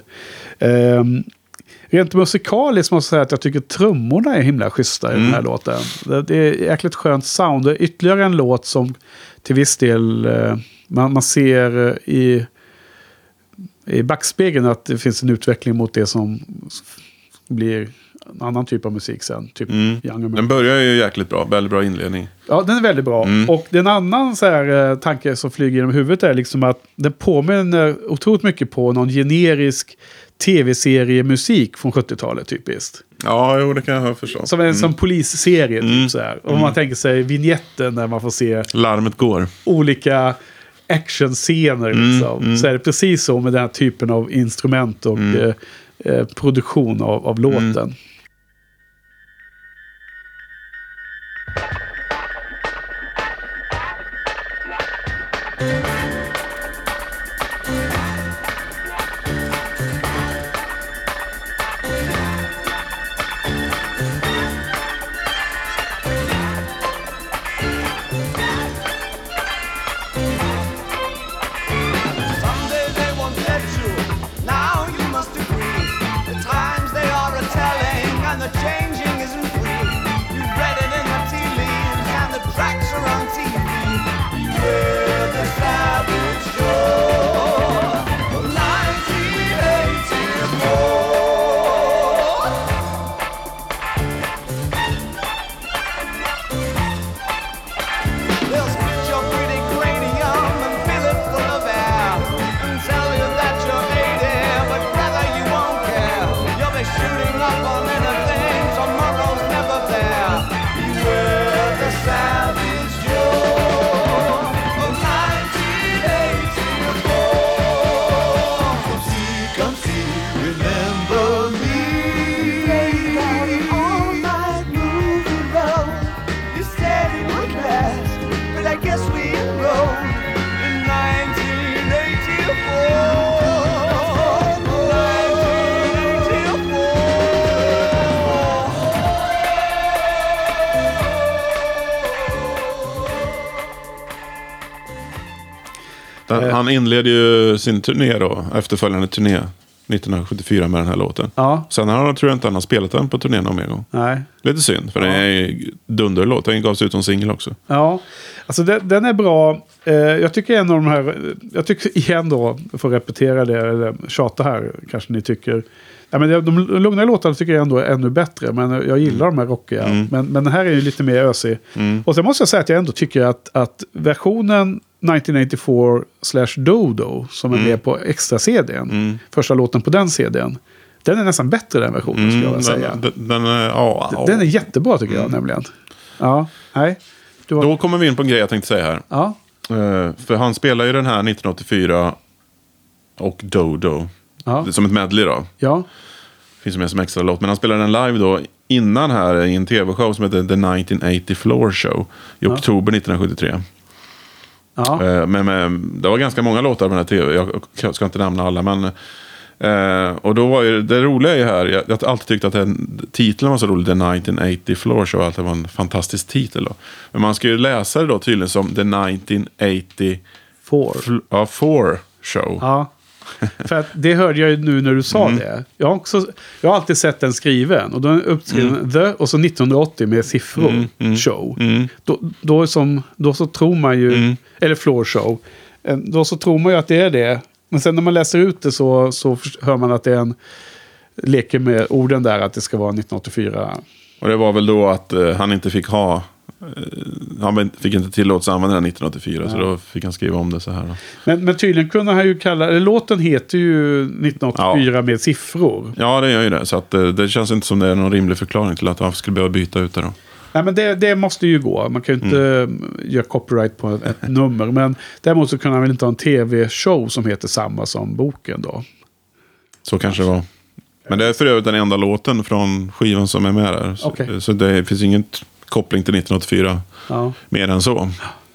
Rent musikaliskt måste jag säga att jag tycker trummorna är himla schyssta i den här låten. Det är jäkligt skönt sound. Det är ytterligare en låt som till viss del man ser i backspegeln att det finns en utveckling mot det som blir en annan typ av musik sen. Typ Den börjar ju jäkligt bra. Väldigt bra inledning. Ja, den är väldigt bra. Och en annan så här, tanke som flyger genom huvudet är liksom att den påminner otroligt mycket på någon generisk tv-seriemusik från 70-talet typiskt. Ja, jo, det kan jag förstå. Som en som polisserie typ så här. Och man tänker sig vignetten där man får se larmet går. Olika actionscener liksom. Så är det precis så med den här typen av instrument och produktion av låten. Han inledde ju sin turné då, efterföljande turné 1974 med den här låten. Ja. Sen tror jag inte han har spelat den på turnén någon mer gång. Nej. Lite synd, för den är ju dunderlåt. Den gavs ut som singel också. Ja, alltså den är bra. Jag tycker en av de här, jag tycker igen då, för att repetera det, eller tjata här, kanske ni tycker. Ja, men de lugna låtarna tycker jag ändå är ännu bättre, men jag gillar de här rockiga. Men den här är ju lite mer ösig. Och sen måste jag säga att jag ändå tycker att versionen 1994/Dodo som är med på extra CD:n, första låten på den CD:n, den är nästan bättre den versionen skulle jag vilja säga. Den är jättebra tycker jag nämligen. Ja, nej. Då kommer vi in på en grej jag tänkte säga här. Ja. För han spelar ju den här 1984 och Dodo. Ja. Som ett medley då. Ja. Finns med som extra låt. Men han spelade den live då innan här i en tv-show som heter The 1980 Floor Show i oktober 1973. Ja. Men det var ganska många låtar på den här tv. Jag ska inte nämna alla, men Och då var ju det roliga ju här, jag har alltid tyckt att titeln var så rolig, The 1980 Floor Show, att det var en fantastisk titel då. Men man ska ju läsa det då tydligen som The 1980 Four Show. Ja, för att det hörde jag ju nu när du sa det. Jag har alltid sett den skriven, och då är den uppskriven The och så 1980 med siffror show. Då så tror man ju, eller Floor Show, då så tror man ju att det är det. Men sen när man läser ut det så hör man att det är en leker med orden där, att det ska vara 1984. Och det var väl då att han inte fick han fick inte tillåtelse att använda den 1984, så då fick han skriva om det så här då. Men tydligen kunde han ju låten heter ju 1984 med siffror. Ja, det gör ju det, så att det känns inte som det är någon rimlig förklaring till att han skulle behöva byta ut det då. Nej, men det måste ju gå. Man kan ju inte göra copyright på ett nummer. Men däremot så kan han väl inte ha en tv-show som heter samma som boken då. Så kanske det var. Men det är för övrigt den enda låten från skivan som är med där. Okay. Så det finns inget koppling till 1984 mer än så.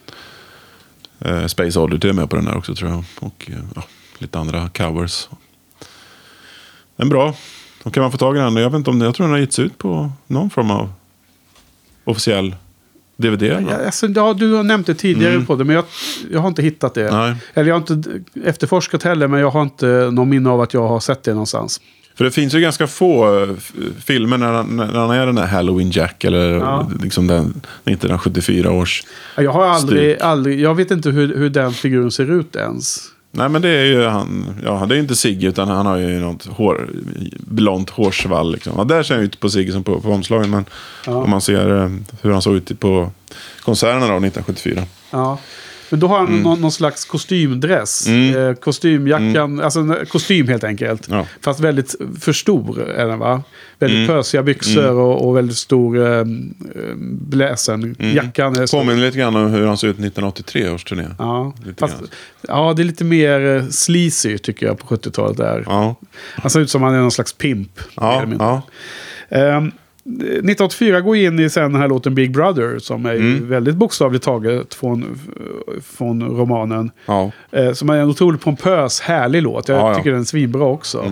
Space Oddity är med på den där också, tror jag. Och lite andra covers. Men bra. Då kan man få tag i den. Jag vet inte om jag tror den har getts ut på någon form av officiell DVD. Ja, du har nämnt det tidigare på det, men jag har inte hittat det. Nej. Eller jag har inte efterforskat heller, men jag har inte någon minne av att jag har sett det någonstans. För det finns ju ganska få filmer när han är den där Halloween Jack, eller liksom den 1974 års. Jag har aldrig, jag vet inte hur den figuren ser ut ens. Nej, men det är ju han. Ja, det är inte Sigge, utan han har ju något blont hårsvall liksom. Ja, där ser han ut på Sigge som på omslagen, men om man ser hur han såg ut på konserterna då 1974. Ja. Men då har han någon slags kostymdress. Kostymjackan, alltså en kostym helt enkelt. Ja. Fast väldigt för stor är den, va? Väldigt pösiga byxor och väldigt stor bläsen. Jackan är påminner lite grann om hur han såg ut 1983 års turné. Ja, det är lite mer sleazy tycker jag på 70-talet där. Ja. Han ser ut som han är någon slags pimp. Ja. 1984 går in i sen den här låten Big Brother, som är ju väldigt bokstavligt taget från romanen. Ja. Som är en otroligt pompös, härlig låt. Jag tycker den är svinbra också.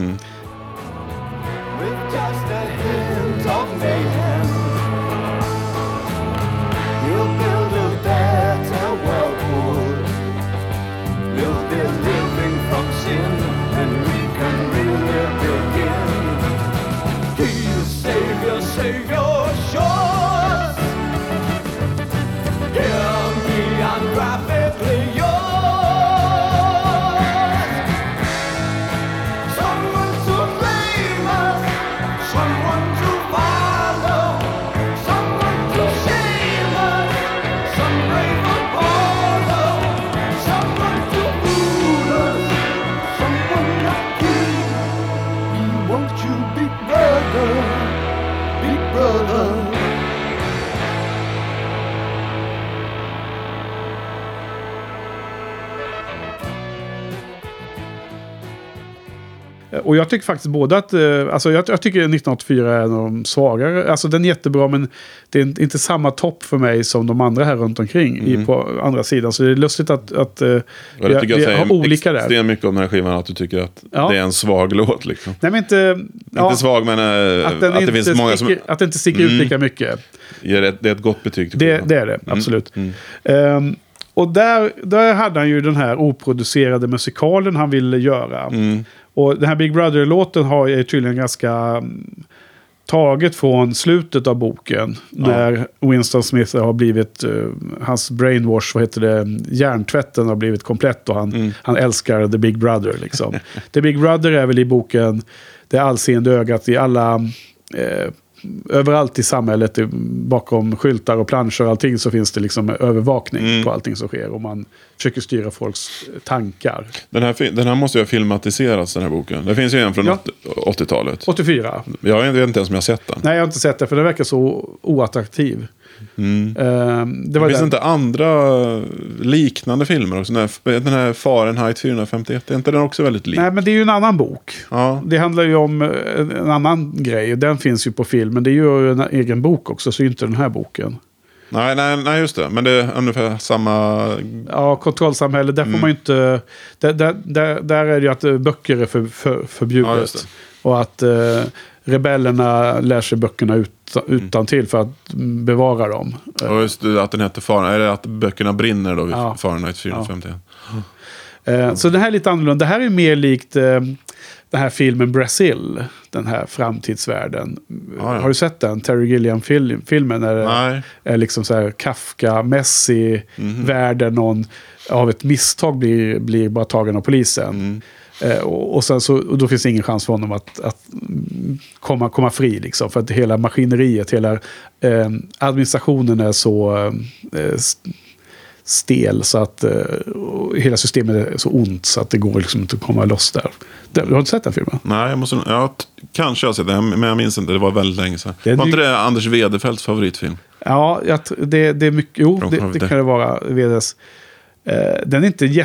Och jag tycker faktiskt både att alltså jag tycker 1984 är en av de svagare. Alltså den är jättebra, men det är inte samma topp för mig som de andra här runt omkring på andra sidan. Så det är lustigt att vi har olika där. Det är mycket om den här skivan att du tycker att det är en svag låt liksom. Nej, men inte svag, men att det finns många som att det inte sticker ut lika mycket. Det är ett gott betyg till det är det, absolut. Och där hade han ju den här oproducerade musikalen han ville göra. Och den här Big Brother-låten är tydligen ganska taget från slutet av boken. När Winston Smith har blivit, hans brainwash, hjärntvätten har blivit komplett, och han älskar The Big Brother liksom. The Big Brother är väl i boken det allseende ögat i alla... överallt i samhället, bakom skyltar och planscher och allting, så finns det liksom övervakning på allting som sker, och man försöker styra folks tankar. Den här måste ju ha filmatiserats, den här boken. Det finns ju en från 80-talet. 84. Jag vet inte ens om jag har sett den. Nej, jag har inte sett den, för den verkar så oattraktiv. Det finns inte andra liknande filmer också. Den här Fahrenheit 451, är inte den också väldigt lik? Nej, men det är ju en annan bok. Ja. Det handlar ju om en annan grej. Den finns ju på film, men det är ju en egen bok också, så är inte den här boken. Nej, just det. Men det är ungefär samma... Ja, kontrollsamhälle. Där får man ju inte... Där är det ju att böcker är förbjudet. Ja, just det. Och att rebellerna lär sig böckerna utan till för att bevara dem. Och just det, att den heter Fahrenheit. Är det att böckerna brinner då vid Fahrenheit 451? Ja. Så det här är lite annorlunda. Det här är mer likt den här filmen Brazil. Den här framtidsvärlden. Har du sett den? Terry Gilliam-filmen. När det är liksom så här Kafka-mässig värld där någon av ett misstag blir bara tagen av polisen. Och sen och då finns det ingen chans för honom att komma fri liksom, för att hela maskineriet, hela administrationen är så stel så att hela systemet är så ont så att det går liksom inte att komma loss där. Du har inte sett den filmen? Nej, kanske jag har sett den, men jag minns inte, det var väldigt länge sedan. Var inte det Anders Wedefelds favoritfilm? Ja, det är mycket, det kan det vara Vedes. Den är inte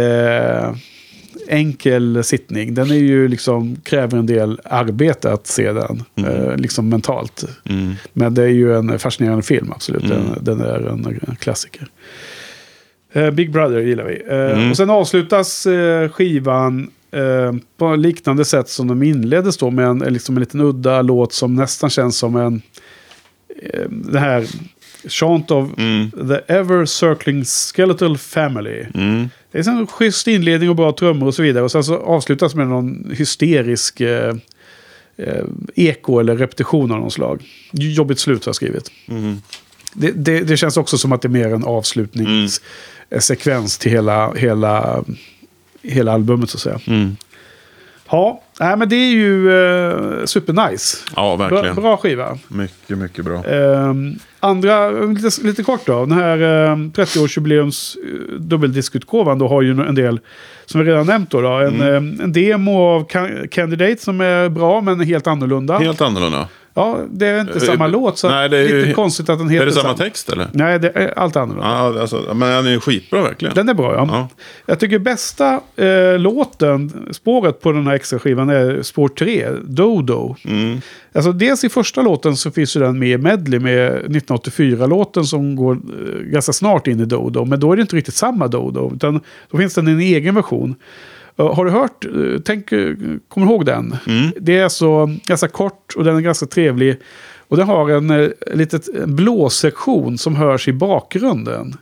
enkel sittning. Den är ju liksom, kräver en del arbete att se den. Liksom mentalt. Men det är ju en fascinerande film, absolut. Den är en klassiker. Big Brother gillar vi. Och sen avslutas skivan på liknande sätt som de inleddes då med en liten udda låt som nästan känns som det här chant of the ever circling skeletal family. Det är en schysst inledning och bra trummor och så vidare. Och sen så avslutas med någon hysterisk eko eller repetition av någon slag. Jobbigt slut har jag skrivit. Det känns också som att det är mer en avslutningssekvens till hela albumet så att säga. Ja, men det är ju supernice. Ja, verkligen. Bra skiva. Mycket, mycket bra. Andra, lite kort då. Den här 30-årsjubileums dubbeldiskutgåvan då har ju en del, som vi redan nämnt då. En demo av Candidate som är bra men helt annorlunda. Helt annorlunda. Ja, det är inte samma låt. Så nej, det är lite konstigt att den heter. Är det samma text eller? Nej, det är allt annorlunda. Ja, alltså, men den är skitbra verkligen. Den är bra, ja. Jag tycker bästa låten, spåret på den här extra skivan är spår 3, Dodo. Alltså dels i första låten så finns ju den med medley med 1984-låtkommer som går ganska snart in i Dodo. Men då är det inte riktigt samma Dodo, utan då finns den i en egen version. Har du hört, kommer du ihåg den? Det är så ganska kort och den är ganska trevlig. Och den har en litet blåsektion som hörs i bakgrunden.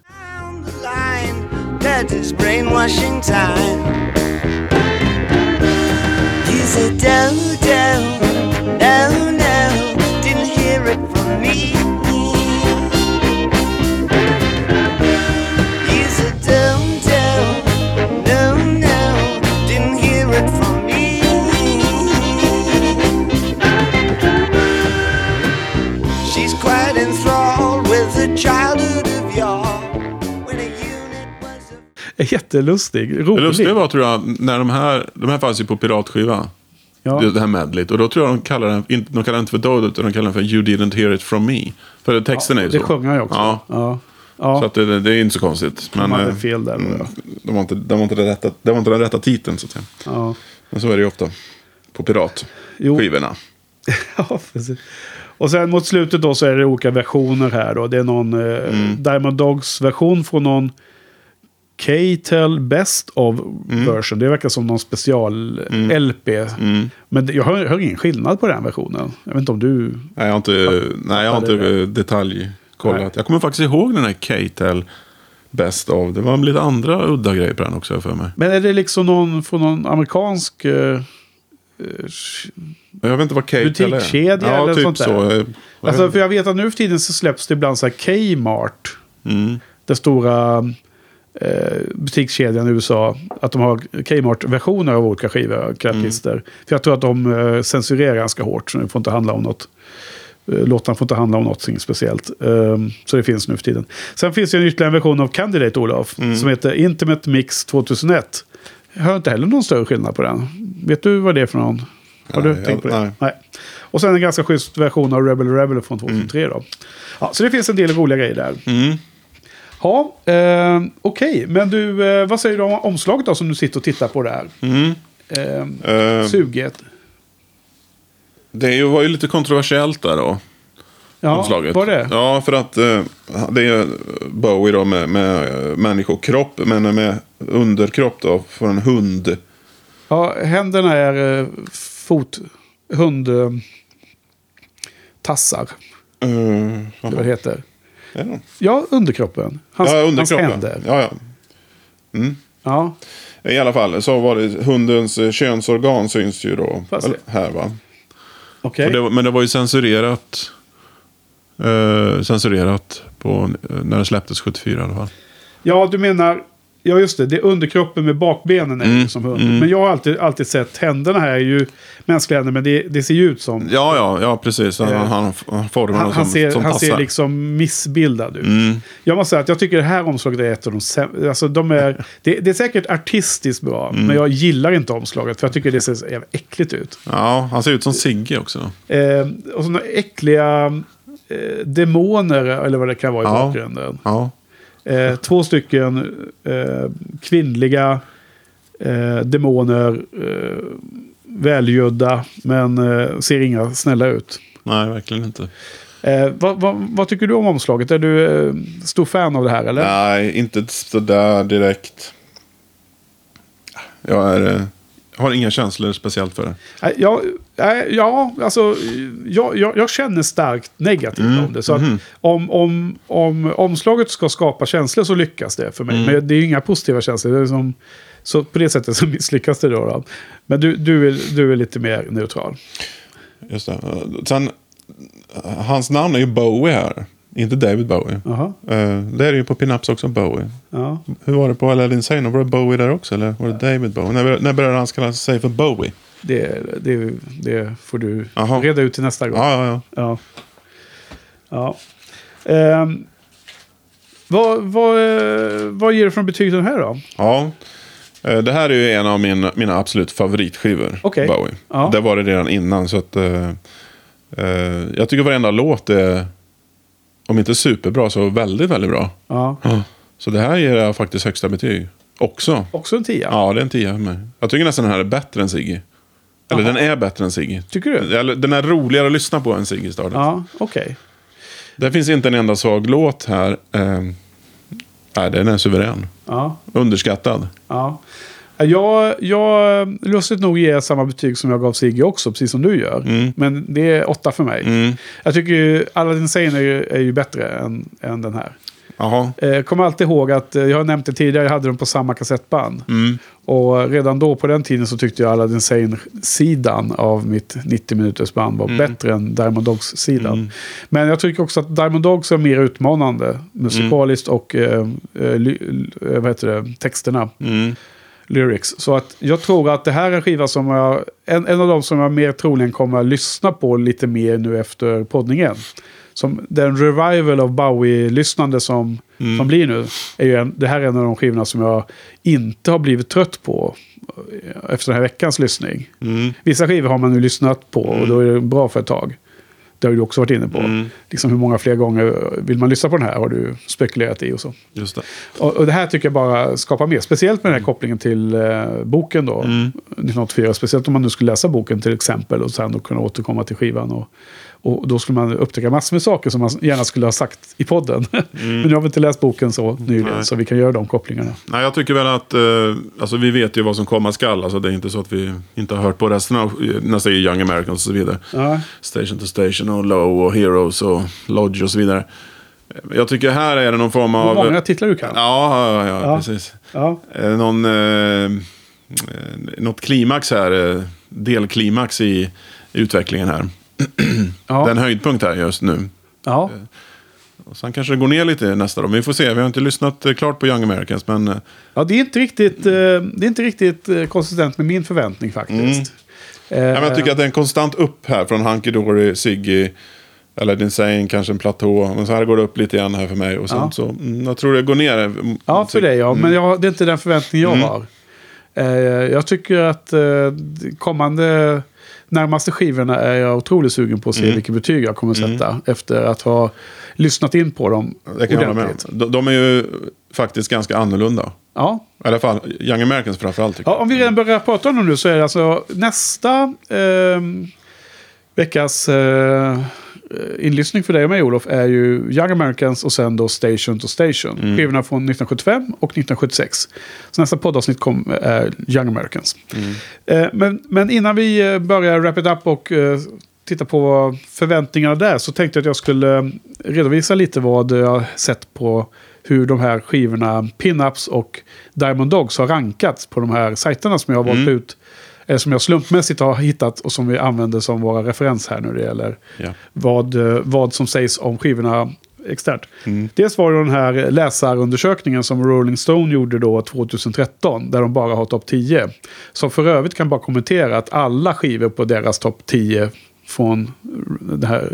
Jättelustig, rolig. Lustigt var, tror jag, när de här fanns ju på piratskiva. Ja. Det här medlet. Och då tror jag de kallar den inte för Dodo, utan de kallar den för You Didn't Hear It From Me. För texten är ju så. Det sjunger jag också. Ja. Så att det är inte så konstigt. Men de hade fel där. Det var inte den rätta titeln, så att säga. Ja. Men så är det ju ofta på piratskivorna. Ja, precis. Och sen mot slutet då så är det olika versioner här då. Det är någon Diamond Dogs version från någon K-Tel Best of version. Det verkar som någon special-LP. Men jag hör ingen skillnad på den versionen. Jag vet inte om du... Nej, jag har inte detaljkollat. Nej. Jag kommer faktiskt ihåg den här K-Tel Best of. Det var lite andra udda grejer på den också för mig. Men är det liksom någon från någon amerikansk... jag vet inte vad K-Tel är. Butikskedja eller typ sånt där. Så. Alltså, för jag vet att nu för tiden så släpps det ibland så här Kmart. Det stora... butikskedjan i USA, att de har Kmart-versioner av olika skivor, För jag tror att de censurerar ganska hårt, så det får inte handla om något. Låtarna får inte handla om något speciellt. Så det finns nu för tiden. Sen finns det en ytterligare version av Candidate, Olof, som heter Intimate Mix 2001. Jag hör inte heller någon större skillnad på den. Vet du vad det är för någon? Har du tänkt på det? Nej. Och sen en ganska schysst version av Rebel från 2003 då. Ja, så det finns en del roliga grejer där. Ja, okej. Men du, vad säger du om omslaget då som du sitter och tittar på det här? Suget. Det var ju lite kontroversiellt där då. omslaget. Var det? Ja, för att det är Bowie då med människokropp, men med underkropp då för en hund. Ja, händerna är hundtassar. Vad det heter. Ja, underkroppen. Hans händer. Ja. Ja. I alla fall så var det hundens könsorgan syns ju då här, va. Okej. Men det var ju censurerat på när det släpptes 74 i alla fall. Ja, du menar... Ja, just det. Det är underkroppen med bakbenen är som hund. Men jag har alltid sett händerna här är ju mänskliga händer, men det ser ju ut som... Ja, precis. Han formar dem som tassar. Han ser liksom missbildad ut. Jag måste säga att jag tycker det här omslaget är ett av de sämsta. Alltså, det är säkert artistiskt bra, men jag gillar inte omslaget, för jag tycker det ser så jävla äckligt ut. Ja, han ser ut som Sigge också. Och sådana äckliga demoner, eller vad det kan vara i bakgrunden. Ja. 2 stycken kvinnliga demoner, välgödda, men ser inga snälla ut. Nej, verkligen inte. Vad tycker du om omslaget? Är du stor fan av det här, eller? Nej, inte sådär direkt. Jag har inga känslor speciellt för det. Jag känner starkt negativt om det. Så att om omslaget ska skapa känslor så lyckas det för mig. Men det är ju inga positiva känslor. Det är så på det sättet så misslyckas det då. Men du är lite mer neutral. Just det. Sen, hans namn är ju Bowie här. Inte David Bowie. Det är ju på Pin-Ups också, Bowie. Ja. Hur var det på Aladdin Sane? Var det Bowie där också? Eller var det David Bowie? När började han kalla sig för Bowie? Det får du reda ut till nästa gång. Ja. Vad ger du för betyg den här då? Ja, det här är ju en av mina absolut favoritskivor. Bowie. Ja. Det var det redan innan. Så att, jag tycker varenda låt är, om inte superbra, så väldigt, väldigt bra. Ja. Så det här ger jag faktiskt högsta betyg. Också en 10? Ja, det är en 10 för mig. Jag tycker nästan den här är bättre än Ziggy. Eller den är bättre än Ziggy. Tycker du? Den är roligare att lyssna på än Ziggy Stardust. Ja, okej. Det finns inte en enda svag låt här. Nej, den är suverän. Ja. Underskattad. Ja. Jag lustigt nog ger samma betyg som jag gav Ziggy också, precis som du gör. Men det är 8 för mig. Jag tycker ju Aladdin Sane är ju bättre än den här. Kommer alltid ihåg att jag har nämnt det tidigare, jag hade dem på samma kassettband. Och redan då på den tiden så tyckte jag Aladdin Sane-sidan av mitt 90 minuters band var bättre än Diamond Dogs-sidan. Men jag tycker också att Diamond Dogs är mer utmanande musikaliskt och vad heter det, texterna. Lyrics. Så att jag tror att det här är en skiva som en av dem som jag mer troligen kommer att lyssna på lite mer nu efter poddningen. Som den revival av Bowie-lyssnande som blir nu. Det här är en av de skivorna som jag inte har blivit trött på efter den här veckans lyssning. Vissa skivor har man nu lyssnat på och då är det bra för ett tag. Det har du också varit inne på. Liksom hur många fler gånger vill man lyssna på den här har du spekulerat i och så. Just det. Och det här tycker jag bara skapar mer. Speciellt med den här kopplingen till boken då. 1984. Speciellt om man nu skulle läsa boken till exempel och sen då kunna återkomma till skivan. Och då skulle man upptäcka massor med saker som man gärna skulle ha sagt i podden. Men nu har vi inte läst boken så nyligen så vi kan göra de kopplingarna. Nej, jag tycker väl att alltså vi vet ju vad som komma skall. Alltså det är inte så att vi inte har hört på resten av nästan Young Americans och så vidare. Station to Station och Low och Heroes och Lodge och så vidare. Jag tycker här är det någon form av... Hur många titlar du kan? Ja, precis. Ja. Något klimax här. Delklimax i utvecklingen här. Den höjdpunkt här just nu. Ja. Och sen kanske det går ner lite nästa då. Men vi får se. Vi har inte lyssnat klart på Young Americans. Men... Ja, det är inte riktigt konsistent med min förväntning faktiskt. Men jag tycker att det är en konstant upp här. Från Hunky Dory, Ziggy, Aladdin Sane, kanske en platå. Men så här går det upp lite grann här för mig. Och sen så, jag tror det går ner. Ja, för dig ja. Men det är inte den förväntning jag har. Jag tycker att kommande... närmaste skivorna är jag otroligt sugen på att se vilket betyg jag kommer sätta efter att ha lyssnat in på dem ordentligt. De är ju faktiskt ganska annorlunda. Ja. I alla fall Young Americans framförallt tycker jag. Om vi redan börjar prata om dem nu så är det alltså nästa veckas inlyssning för dig och mig, Olof, är ju Young Americans och sen då Station to Station. Skivorna från 1975 och 1976. Så nästa poddavsnitt är Young Americans. Men innan vi börjar wrap it up och titta på förväntningarna där, så tänkte jag att jag skulle redovisa lite vad jag har sett på hur de här skivorna Pin-Ups och Diamond Dogs har rankats på de här sajterna som jag har valt ut. Som jag slumpmässigt har hittat och som vi använder som våra referens här nu. Det gäller vad som sägs om skivorna externt. Dels var det den här läsarundersökningen som Rolling Stone gjorde då 2013. Där de bara har topp 10. Som för övrigt kan bara kommentera att alla skivor på deras topp 10 från den här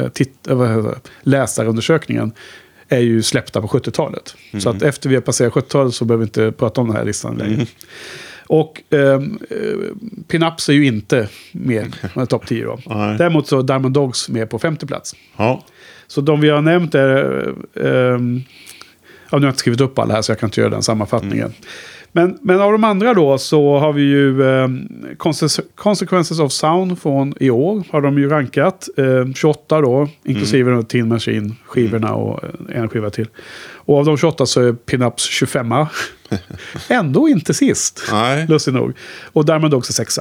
läsarundersökningen är ju släppta på 70-talet. Så att efter vi har passerat 70-talet så behöver vi inte prata om den här listan längre. Och Pin-Ups är ju inte med på topp 10 då. Däremot så är Diamond Dogs med på 50 plats. Ja. Så de vi har nämnt är... nu har jag inte skrivit upp alla här så jag kan inte göra den sammanfattningen. Men av de andra då så har vi ju Consequences of Sound från i år har de ju rankat 28 då, inklusive Tin Machine-skivorna och en skiva till. Och av de 28 så är Pin-Ups 25. Ändå inte sist, lustigt nog. Och Diamond Dogs är 6.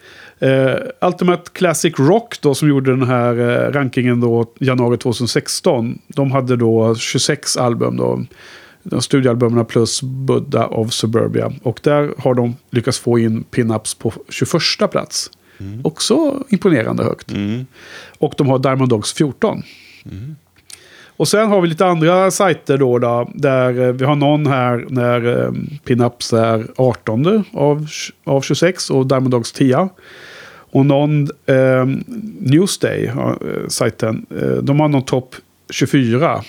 Ultimate Classic Rock då, som gjorde den här rankingen då januari 2016. De hade då 26 album då. De studioalbumerna plus Buddha of Suburbia. Och där har de lyckats få in Pin-Ups på 21 plats. Också imponerande högt. Och de har Diamond Dogs 14. Och sen har vi lite andra sajter då där vi har någon här när Pin-Ups är 18 av 26 och Diamond Dogs 10. Och någon Newsday, sajten, de har någon topp 24.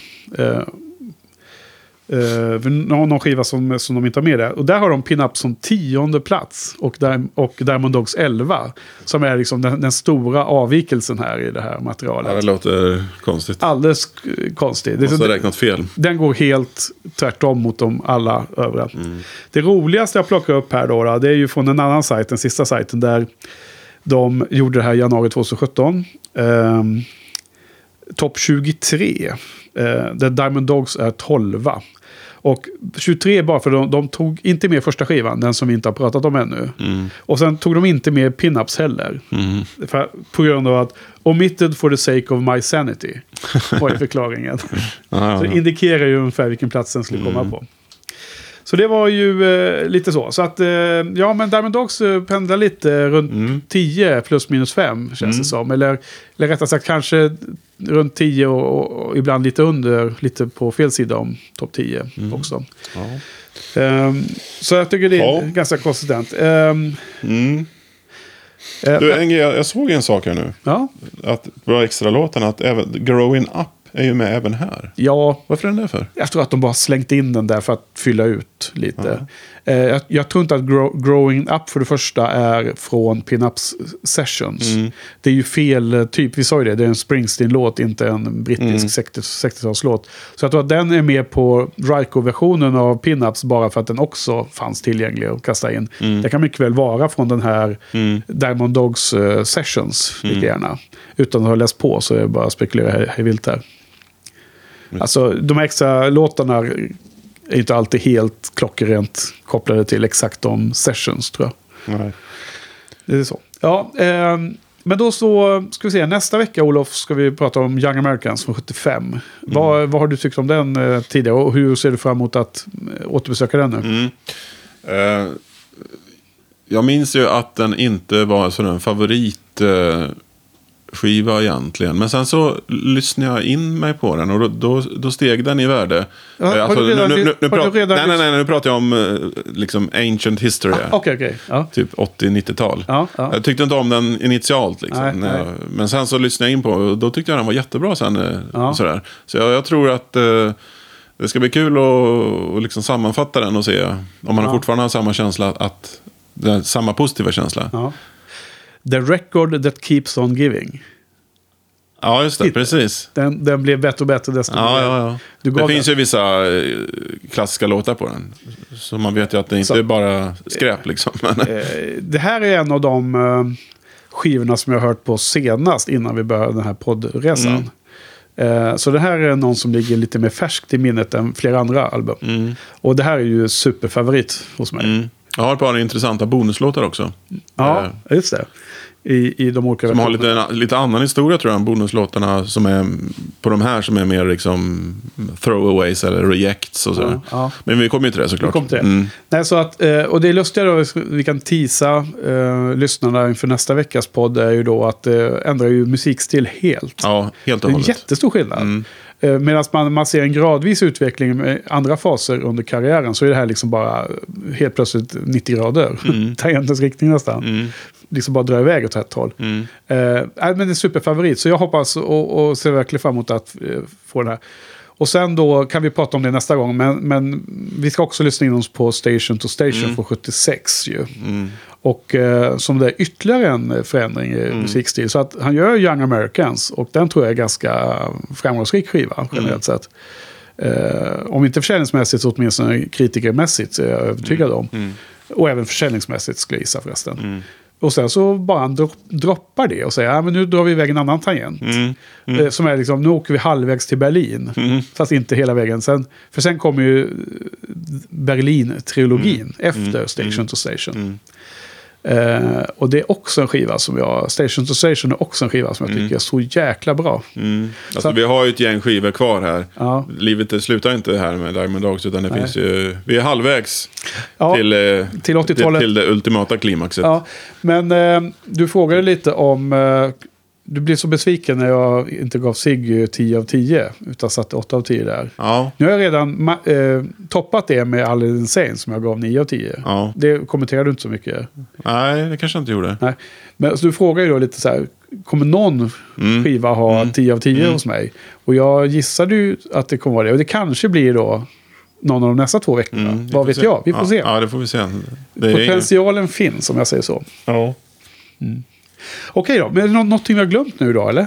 Någon skiva som de inte har med där. Och där har de Pin-Up som 10:e plats. Och Diamond Dogs 11. Som är liksom den stora avvikelsen här i det här materialet. Ja, det låter konstigt. Alldeles konstigt. Måste ha räknat fel. Den går helt tvärtom mot de alla övriga. Det roligaste jag plockar upp här då, det är ju från en annan sajt, den sista sajten där de gjorde det här i januari 2017. Topp 23. Där Diamond Dogs är 12. Och 23 bara för de tog inte med första skivan, den som vi inte har pratat om ännu. Och sen tog de inte med Pin-Ups heller. På grund av att omitted for the sake of my sanity var förklaringen. Så det indikerar ju ungefär vilken plats den skulle komma på. Så det var ju lite så. Så att, ja, men Diamond Dogs pendlar lite runt 10 plus minus 5 känns det som. Eller rättare sagt kanske runt 10 och ibland lite under, lite på fel sida om topp 10 också. Så jag tycker det är ganska konsistent. Jag såg en sak här nu. Att på extra låten att även Growing Up är ju med även här. Ja. Varför är den där för? Jag tror att de bara slängt in den där för att fylla ut lite. Jag tror inte att Growing Up för det första är från Pin-Ups Sessions. Det är ju fel typ, vi sa ju det är en Springsteen-låt, inte en brittisk 60-talslåt. Så jag tror att den är med på Ryko-versionen av Pin-Ups bara för att den också fanns tillgänglig att kasta in. Det kan mycket väl vara från den här Diamond Dogs Sessions, lika gärna. Utan att ha läst på så är jag bara spekulerar här vilt här. Alltså de extra låtarna är inte alltid helt klockrent kopplade till exakt de sessions, tror jag. Nej. Det är så. Ja, men då så ska vi se. Nästa vecka, Olof, ska vi prata om Young Americans från 75. Vad har du tyckt om den tidigare och hur ser du fram emot att återbesöka den nu? Jag minns ju att den inte var sån en favorit skiva egentligen. Men sen så lyssnade jag in mig på den och då steg den i värde. Nu pratar jag om liksom ancient history. Okej. Ja. Typ 80-90-tal. Ja. Jag tyckte inte om den initialt. Liksom. Nej. Men sen så lyssnade jag in på och då tyckte jag den var jättebra sen. Sådär. Så jag tror att det ska bli kul att liksom sammanfatta den och se om man fortfarande har samma känsla, samma positiva känsla. Ja. The record that keeps on giving. Ja, just det, precis. Den blev bättre och bättre desto mer. Det finns ju vissa klassiska låtar på den. Så man vet ju att det inte är bara skräp liksom. Det här är en av de skivorna som jag har hört på senast innan vi började den här poddresan. Så det här är någon som ligger lite mer färskt i minnet än flera andra album. Och det här är ju superfavorit hos mig. Jag har ett par intressanta bonuslåtar också. Ja, just det. I de olika som har lite annan historia tror jag än bonuslåtarna som är på de här som är mer liksom throwaways eller rejects och så. Ja. Men vi kommer ju till det såklart. Vi kommer till det. Nej, så att, och det är lustigt då, vi kan teasa lyssnarna inför nästa veckas podd är ju då att ändra ju musikstil helt. Ja, helt och hållet. hållet. Det är en jättestor skillnad. Medan man ser en gradvis utveckling med andra faser under karriären så är det här liksom bara helt plötsligt 90 grader. Tangentens riktning nästan. Liksom bara dra iväg åt ett håll. Men det är superfavorit. Så jag hoppas och ser verkligen fram emot att få det här. Och sen då kan vi prata om det nästa gång. Men vi ska också lyssna in oss på Station to Station från 76 ju. Och som det är ytterligare en förändring i musikstil. Så att han gör Young Americans. Och den tror jag är ganska framgångsrik skiva generellt sett. Om inte försäljningsmässigt så åtminstone kritikermässigt så är jag övertygad om. Och även försäljningsmässigt skulle jag gissa förresten. Och sen så bara han droppar det och säger men nu drar vi iväg en annan tangent. Som är liksom, nu åker vi halvvägs till Berlin. Fast inte hela vägen. För sen kommer ju Berlin-trilogin efter Station to Station. Och det är också en skiva som Station to Station är också en skiva som jag tycker är så jäkla bra. Alltså, vi har ju ett gäng skivor kvar här. Livet slutar inte här med Diamond Dogs utan det finns ju, vi är halvvägs till 80-talet. Till det ultimata klimaxet. Ja, men du frågade lite om du blir så besviken när jag inte gav Siggy 10 av 10 utan satte 8 av 10 där. Ja. Nu har jag redan toppat det med All Insane som jag gav 9 av 10. Ja. Det kommenterade du inte så mycket. Nej, det kanske jag inte gjorde. Nej. Men så du frågar ju då lite så här, kommer någon skiva ha 10 av 10 hos mig? Och jag gissade ju att det kommer vara det. Och det kanske blir då någon av de nästa 2 veckorna. Vad vet jag? Vi får se. Ja, det får vi se. Potentialen finns om jag säger så. Ja. Okej då, men är det någonting vi har glömt nu då, eller?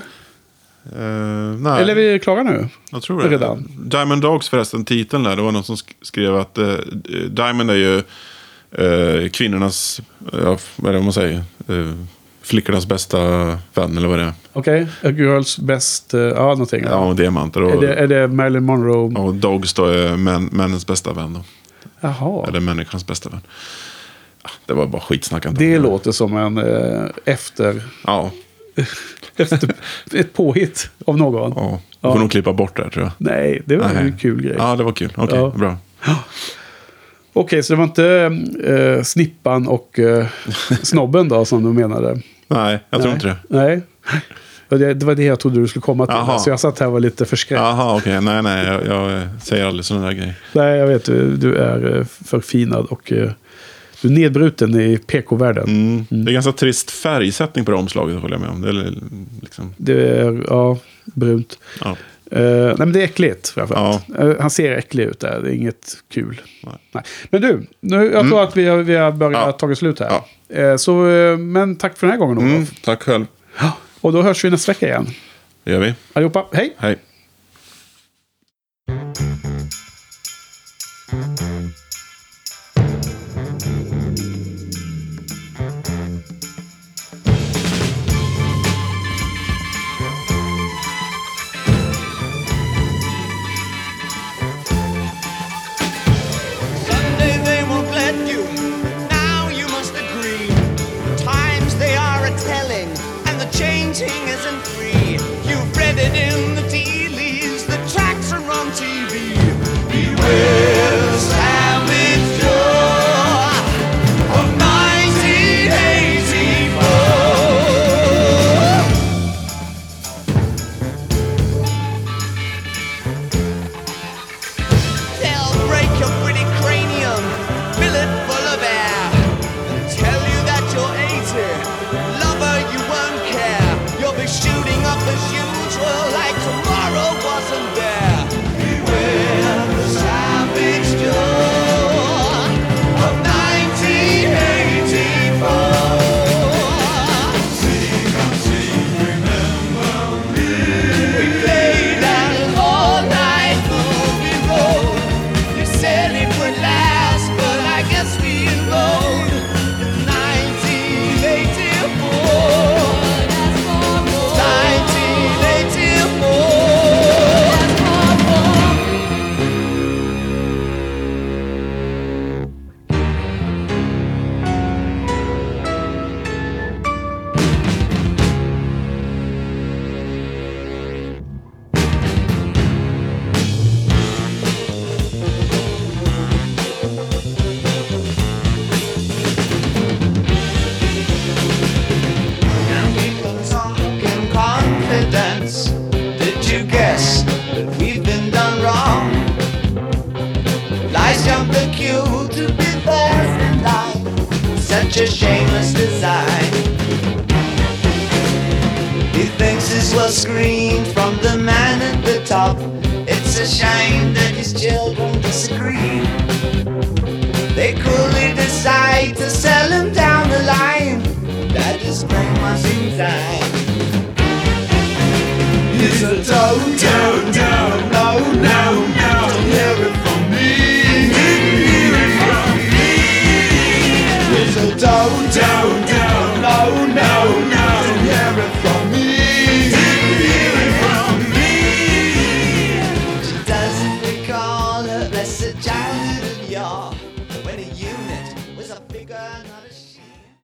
Nej. Eller är vi klara nu? Jag tror det. Redan. Diamond Dogs förresten, titeln där. Det var någon som skrev att Diamond är ju kvinnornas, vad är det man säger? Flickornas bästa vän, eller vad det är. Okej, a girl's best, någonting. Ja, och diamanter. Och, är det Marilyn Monroe? Och Dogs då är männens bästa vän då. Jaha. Eller människans bästa vän. Ja, det var bara skitsnackande. Det låter som en efter ett påhitt av någon. Ja, du får nog klippa bort det, tror jag. Nej, det var en kul grej. Ja, det var kul. Okej, bra. Okej, så det var inte Snippan och Snobben då som du menade? Nej, jag tror inte det. Nej. Det var det jag trodde du skulle komma till. Så jag satt här och var lite förskräckt. Jaha, okej. Nej, jag säger aldrig sådana där grejer. Nej, jag vet. Du är förfinad och du är nedbruten i PK-världen. Det är ganska trist färgsättning på det omslaget, håller jag med om. Det är, liksom... det är brunt. Ja. Nej, men det är äckligt framförallt. Han ser äcklig ut där. Det är inget kul. Nej. Men du, jag tror att vi har börjat ta slut här. Ja. Men tack för den här gången, Olof. Tack själv. Och då hörs vi nästa vecka igen. Det gör vi. Allihopa, hej! Hej. Isn't free. You've read it in the tea such a shameless design. He thinks his well screened from the man at the top. It's a shame that his children disagree. They coolly decide to sell him down the line. That is famous inside. He's a total